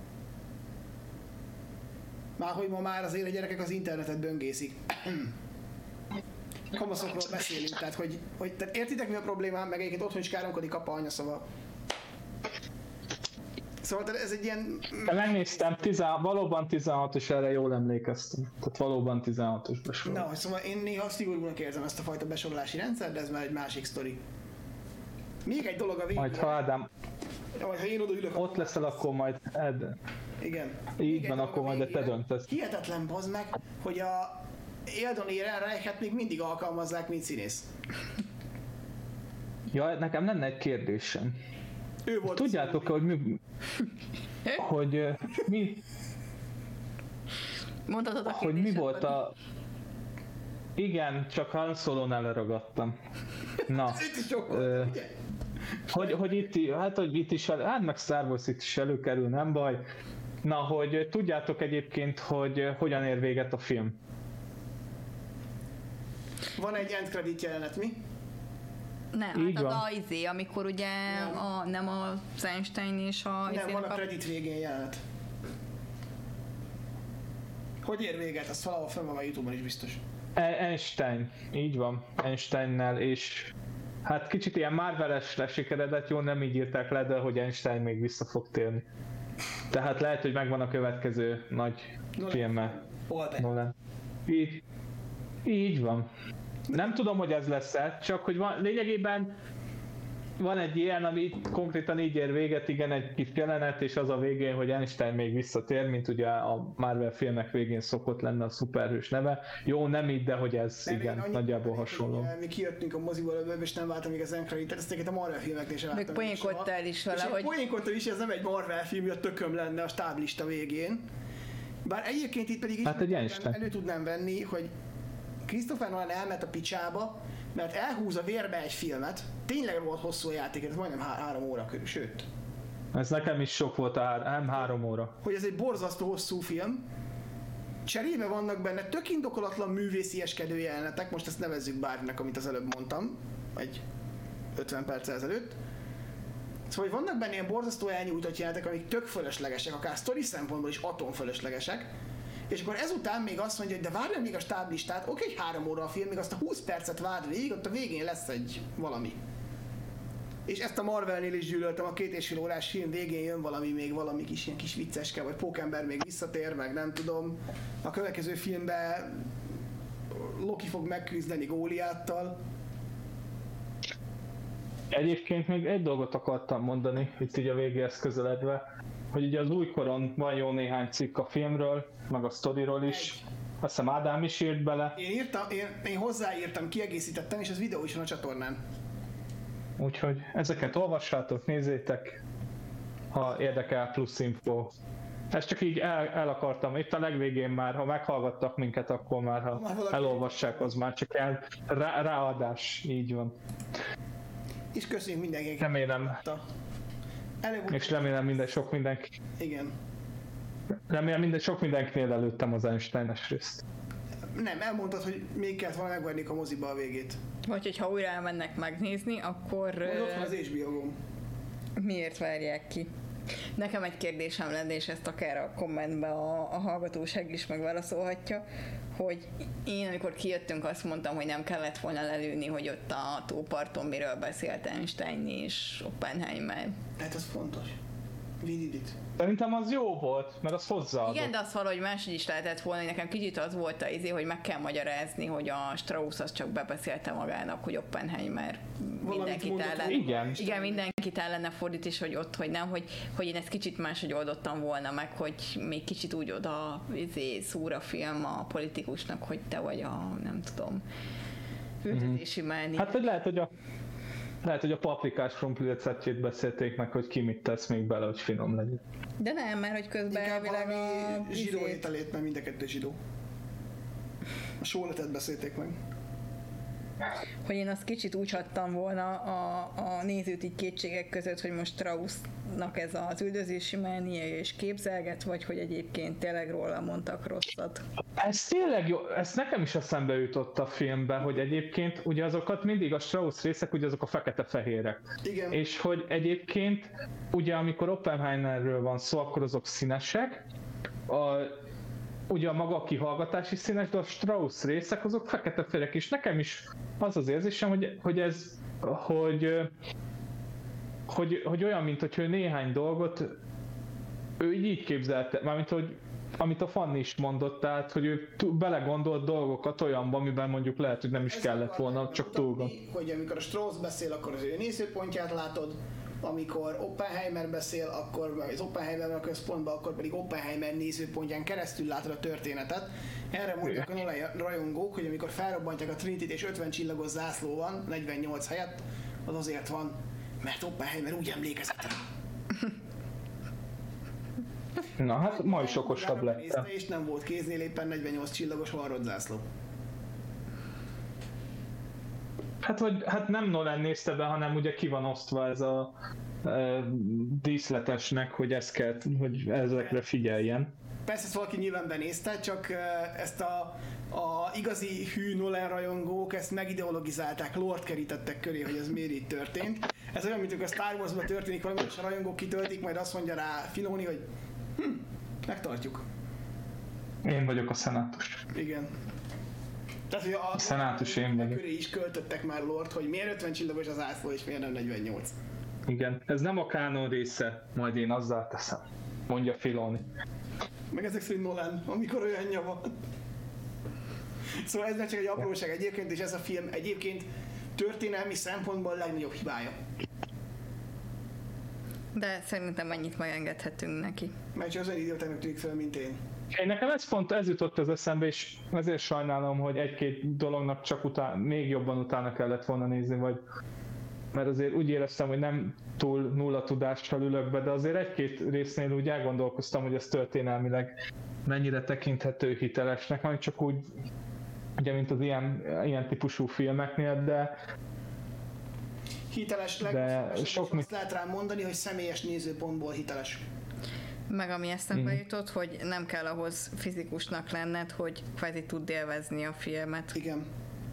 Már hogy ma már azért a gyerekek az internetet böngészik. Kamaszokról beszélünk, tehát hogy, hogy tehát értitek mi a problémám, meg egyébként otthon is káromkodik apa anya, szóval... Szóval ez egy ilyen... Megnéztem, tizen, valóban tizenhatos, erre jól emlékeztem. Tehát valóban tizenhatos besorol. Na, szóval én néha szigorúnak érzem ezt a fajta besorolási rendszer, de ez már egy másik sztori. Még egy dolog a végén. Majd ha Ádám Majd ha én odaülök... ott leszel, akkor majd Ed. Igen. Így van, akkor majd te döntesz. Hihetetlen, bazd meg, hogy a Eldon Ehrenreichet még mindig alkalmazzák, mint színész. Ja, nekem lenne egy kérdésem. Ő volt. Tudjátok, hogy mi... hogy uh, mi... Mondhatod a hogy mi volt a... Igen, csak Han Solon elragadtam. Na. Itt is sok volt, uh, ugye? Hogy, hogy itt, hát, hogy itt is, el, hát meg Star Wars itt is előkerül, nem baj. Na, hogy tudjátok egyébként, hogy hogyan ér véget a film? Van egy end credit jelenet, mi? Nem, Így hát az van. a izé, amikor ugye Nem. a, nem a Einstein és a... Nem, izének van a credit végén jelenet. Hogy ér véget? Azt valahol fönn van a YouTube-on is biztos. Einstein, így van, Einsteinnel, és hát kicsit ilyen Marvel-es lesikeredett, jó, nem így írták le, de hogy Einstein még vissza fog térni. Tehát lehet, hogy megvan a következő nagy filme. Nolan. Így, így van. Nem tudom, hogy ez lesz-e, csak hogy van, lényegében van egy ilyen, ami konkrétan így ér véget, igen, egy kis jelenet, és az a végén, hogy Einstein még visszatér, mint ugye a Marvel filmek végén szokott lenne a szuperhős neve. Jó, nem így, de hogy ez Nem, igen, én annyit nagyjából mondanék, hasonló. hogy, Mi kijöttünk a moziból, és nem váltam még az end credit, ezt egyébként a Marvel filmeknél sem Még láttam. poénkodtál is vele, és hogy... poénkodtam is, ez nem egy Marvel film, hogy a tököm lenne a stáblista végén. Bár egyébként itt pedig Hát egy Einstein. elő tudnám venni, hogy Christopher Nolan elment a picsába, mert elhúz a vérbe egy filmet, tényleg volt hosszú a játék, ez majdnem há- három óra körül, sőt. Ez nekem is sok volt, a hár, nem három óra. Hogy ez egy borzasztó hosszú film, cserébe vannak benne tök indokolatlan művészieskedő jelenetek, most ezt nevezzük bárminek, amit az előbb mondtam, egy ötven perc ezelőtt. Szóval hogy vannak benne ilyen borzasztó elnyújtott jelenetek, amik tök fölöslegesek, akár sztori szempontból is atomfölöslegesek, és akkor ezután még azt mondja, hogy de várj még a stáblistát, oké, egy három óra a film, még azt a húsz percet várd végig, ott a végén lesz egy valami. És ezt a Marvelnél is gyűlöltem, a két és fél órás film végén jön valami, még valami kis ilyen kis vicceske, vagy Pókember még visszatér, meg nem tudom. A következő filmben Loki fog megküzdeni Góliáttal. Egyébként még egy dolgot akartam mondani, itt így a végéhez közeledve, hogy ugye az újkoron van jó néhány cikk a filmről, meg a sztoriról is. Azt hiszem Ádám is írt bele. Én írtam, én, én hozzáírtam, kiegészítettem, és az videó is van a csatornán. Úgyhogy ezeket olvassátok, nézzétek, ha érdekel plusz info. Ezt csak így el, el akartam, itt a legvégén már, ha meghallgattak minket, akkor már, ha elolvassák, az már csak el, rá, ráadás, így van. És köszönjük mindenkinek. Remélem, Előbb, és remélem minden, sok mindenki, igen. remélem minden, sok mindenkinél előttem az Einstein-es részt. Nem, elmondtad, hogy még kellett volna megverni a moziba a végét. Vagy hogyha újra elmennek megnézni, akkor Most ott van ö, az há bé ó-góm. miért várják ki? Nekem egy kérdésem lenne, és ezt akár a kommentbe a, a hallgatóság is megválaszolhatja, hogy én, amikor kijöttünk, azt mondtam, hogy nem kellett volna lelőni, hogy ott a tóparton miről beszélt Einstein és Oppenheimer. Hát ez fontos. We did it. Szerintem az jó volt, mert az hozzáadott. Igen, de az valahogy máshogy is lehetett volna, hogy nekem kicsit az volt az izé, hogy meg kell magyarázni, hogy a Strauss az csak bebeszélte magának, hogy Oppenheimer mindenkit ellen. Igen. Igen, mindenkit ellene fordít, és hogy ott, hogy nem, hogy, hogy én ezt kicsit máshogy oldottam volna meg, hogy még kicsit úgy oda izé, szúr a film a politikusnak, hogy te vagy a, nem tudom, üldözési mánia. Hát vagy lehet, hogy a Lehet, hogy a paprikás krumpli receptjét beszélték meg, hogy ki mit tesz még bele, hogy finom legyen. De nem, mert hogy közben Inkább elvileg valami a... zsidó izét- ételét, mert mind a kettő zsidó. A sóletet beszélték meg. hogy én azt kicsit úgy hattam volna a, a nézőt így kétségek között, hogy most Straussnak ez az üldözési mánia és képzelget, vagy hogy egyébként tényleg róla mondtak rosszat. Ez tényleg jó, ez nekem is eszembe jutott a filmben, hogy egyébként ugye azokat mindig a Strauss részek, ugye azok a fekete-fehérek. Igen. És hogy egyébként ugye amikor Oppenheimerről van szó, akkor azok színesek, a, ugye a maga a kihallgatás is színes, de a Strauss részek azok fekete-fehérek, és nekem is az az érzésem, hogy, hogy ez, hogy, hogy, hogy olyan, mint hogy ő néhány dolgot ő így, így képzelte, mármint hogy amit a Fanni is mondott, tehát, hogy ő t- belegondolt dolgokat olyanban, amiben mondjuk lehet, hogy nem is Ez kellett akar volna, csak túl mutatni, hogy amikor a Strauss beszél, akkor az ő nézőpontját látod, amikor Oppenheimer beszél, akkor az Oppenheimer a központban, akkor pedig Oppenheimer nézőpontján keresztül látod a történetet. Erre mondják a Nolan rajongók, hogy amikor felrobbantják a Trinity-t és ötven csillagos zászló van, negyvennyolc helyett, az azért van, mert Oppenheimer úgy emlékezett rá. Na hát ma is okosabb Magára lettem. nézte, és nem volt kéznél éppen negyvennyolc csillagos varrott zászló. Hát, vagy, hát nem Nolan nézte be, hanem ugye ki van osztva ez a e, díszletesnek, hogy ezt kell, hogy ezekre figyeljen. Persze ezt valaki nyilván benézte, csak eh, ezt a, a igazi hű Nolan rajongók ezt megideologizálták, lord kerítettek köré, hogy ez miért így történt. Ez olyan, mint amikor a Star Wars-ban történik valami, és a rajongók kitöltik, majd azt mondja rá Filoni, hogy hm, megtartjuk. Én vagyok a szenátus. Igen. Tehát, hogy a, A szenátus én vagyok. köré is költöttek már lord, hogy miért ötven csillagos az ászló, és miért nem negyvennyolc. Igen, ez nem a kánon része, majd én azzal teszem, mondja Filoni. Meg ezek szerint Nolan, amikor olyanja van. Szóval ez már csak egy apróság egyébként, és ez a film egyébként történelmi szempontból a legnagyobb hibája. De szerintem ennyit megengedhetünk neki. Mert csak az olyan idiótának tűnik fel, mint én. Én nekem ez pont ez jutott az eszembe, és ezért sajnálom, hogy egy-két dolognak csak után, még jobban utána kellett volna nézni, vagy mert azért úgy éreztem, hogy nem túl nulla tudással ülök be, de azért egy-két résznél úgy elgondolkoztam, hogy ez történelmileg mennyire tekinthető hitelesnek, majd csak úgy, ugye, mint az ilyen, ilyen típusú filmeknél, de Hiteles, De legrosszabb sok azt mit- lehet rá mondani, hogy személyes nézőpontból hiteles. Meg ami eszembe Mhm. jutott, hogy nem kell ahhoz fizikusnak lenned, hogy kvázi tudd élvezni a filmet. Igen.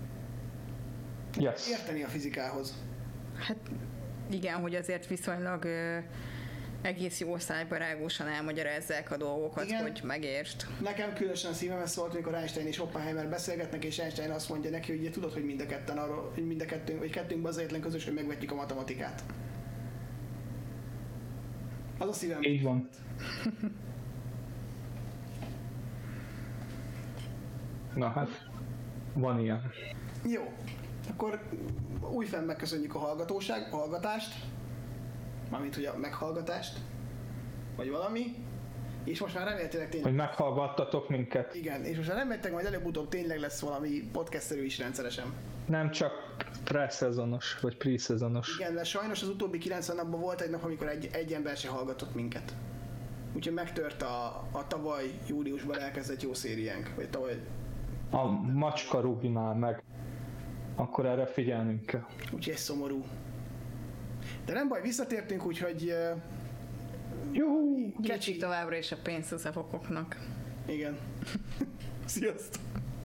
yes. Érteni a fizikához. Hát igen, hogy azért viszonylag ö, egész jó szájbarágosan elmagyarázzák a dolgokat, Igen. hogy megértsd. Nekem különösen szívemhez szólt, amikor Einstein és Oppenheimer beszélgetnek, és Einstein azt mondja neki, hogy ugye tudod, hogy mind a ketten arról, hogy mind a kettőnk, vagy kettőnkben az egyetlen közös, hogy megvetjük a matematikát. Az a szívem. Így van. Na hát, van ilyen. Jó. Akkor újfenn megköszönjük a hallgatóság, a hallgatást. Mármint, hogy a meghallgatást. Vagy valami. És most már remélhetőleg tényleg... Hogy meghallgattatok minket. Igen, és most már remélhetőleg majd előbb-utóbb tényleg lesz valami podcastszerű is rendszeresen. Nem csak pre-szezonos, vagy pre-szezonos. Igen, de sajnos az utóbbi kilencven napban volt egy nap, amikor egy, egy ember se hallgatott minket. Úgyhogy megtört a, a tavaly júliusban elkezdett jó szériánk. Vagy tavaly... A macska rúginál meg. Akkor erre figyelnünk kell. Úgyhogy ez szomorú. De nem baj, visszatértünk, úgyhogy... Uh, Juhú! Gyűjtsük továbbra is a pénzt az evokoknak. igen. Sziasztok!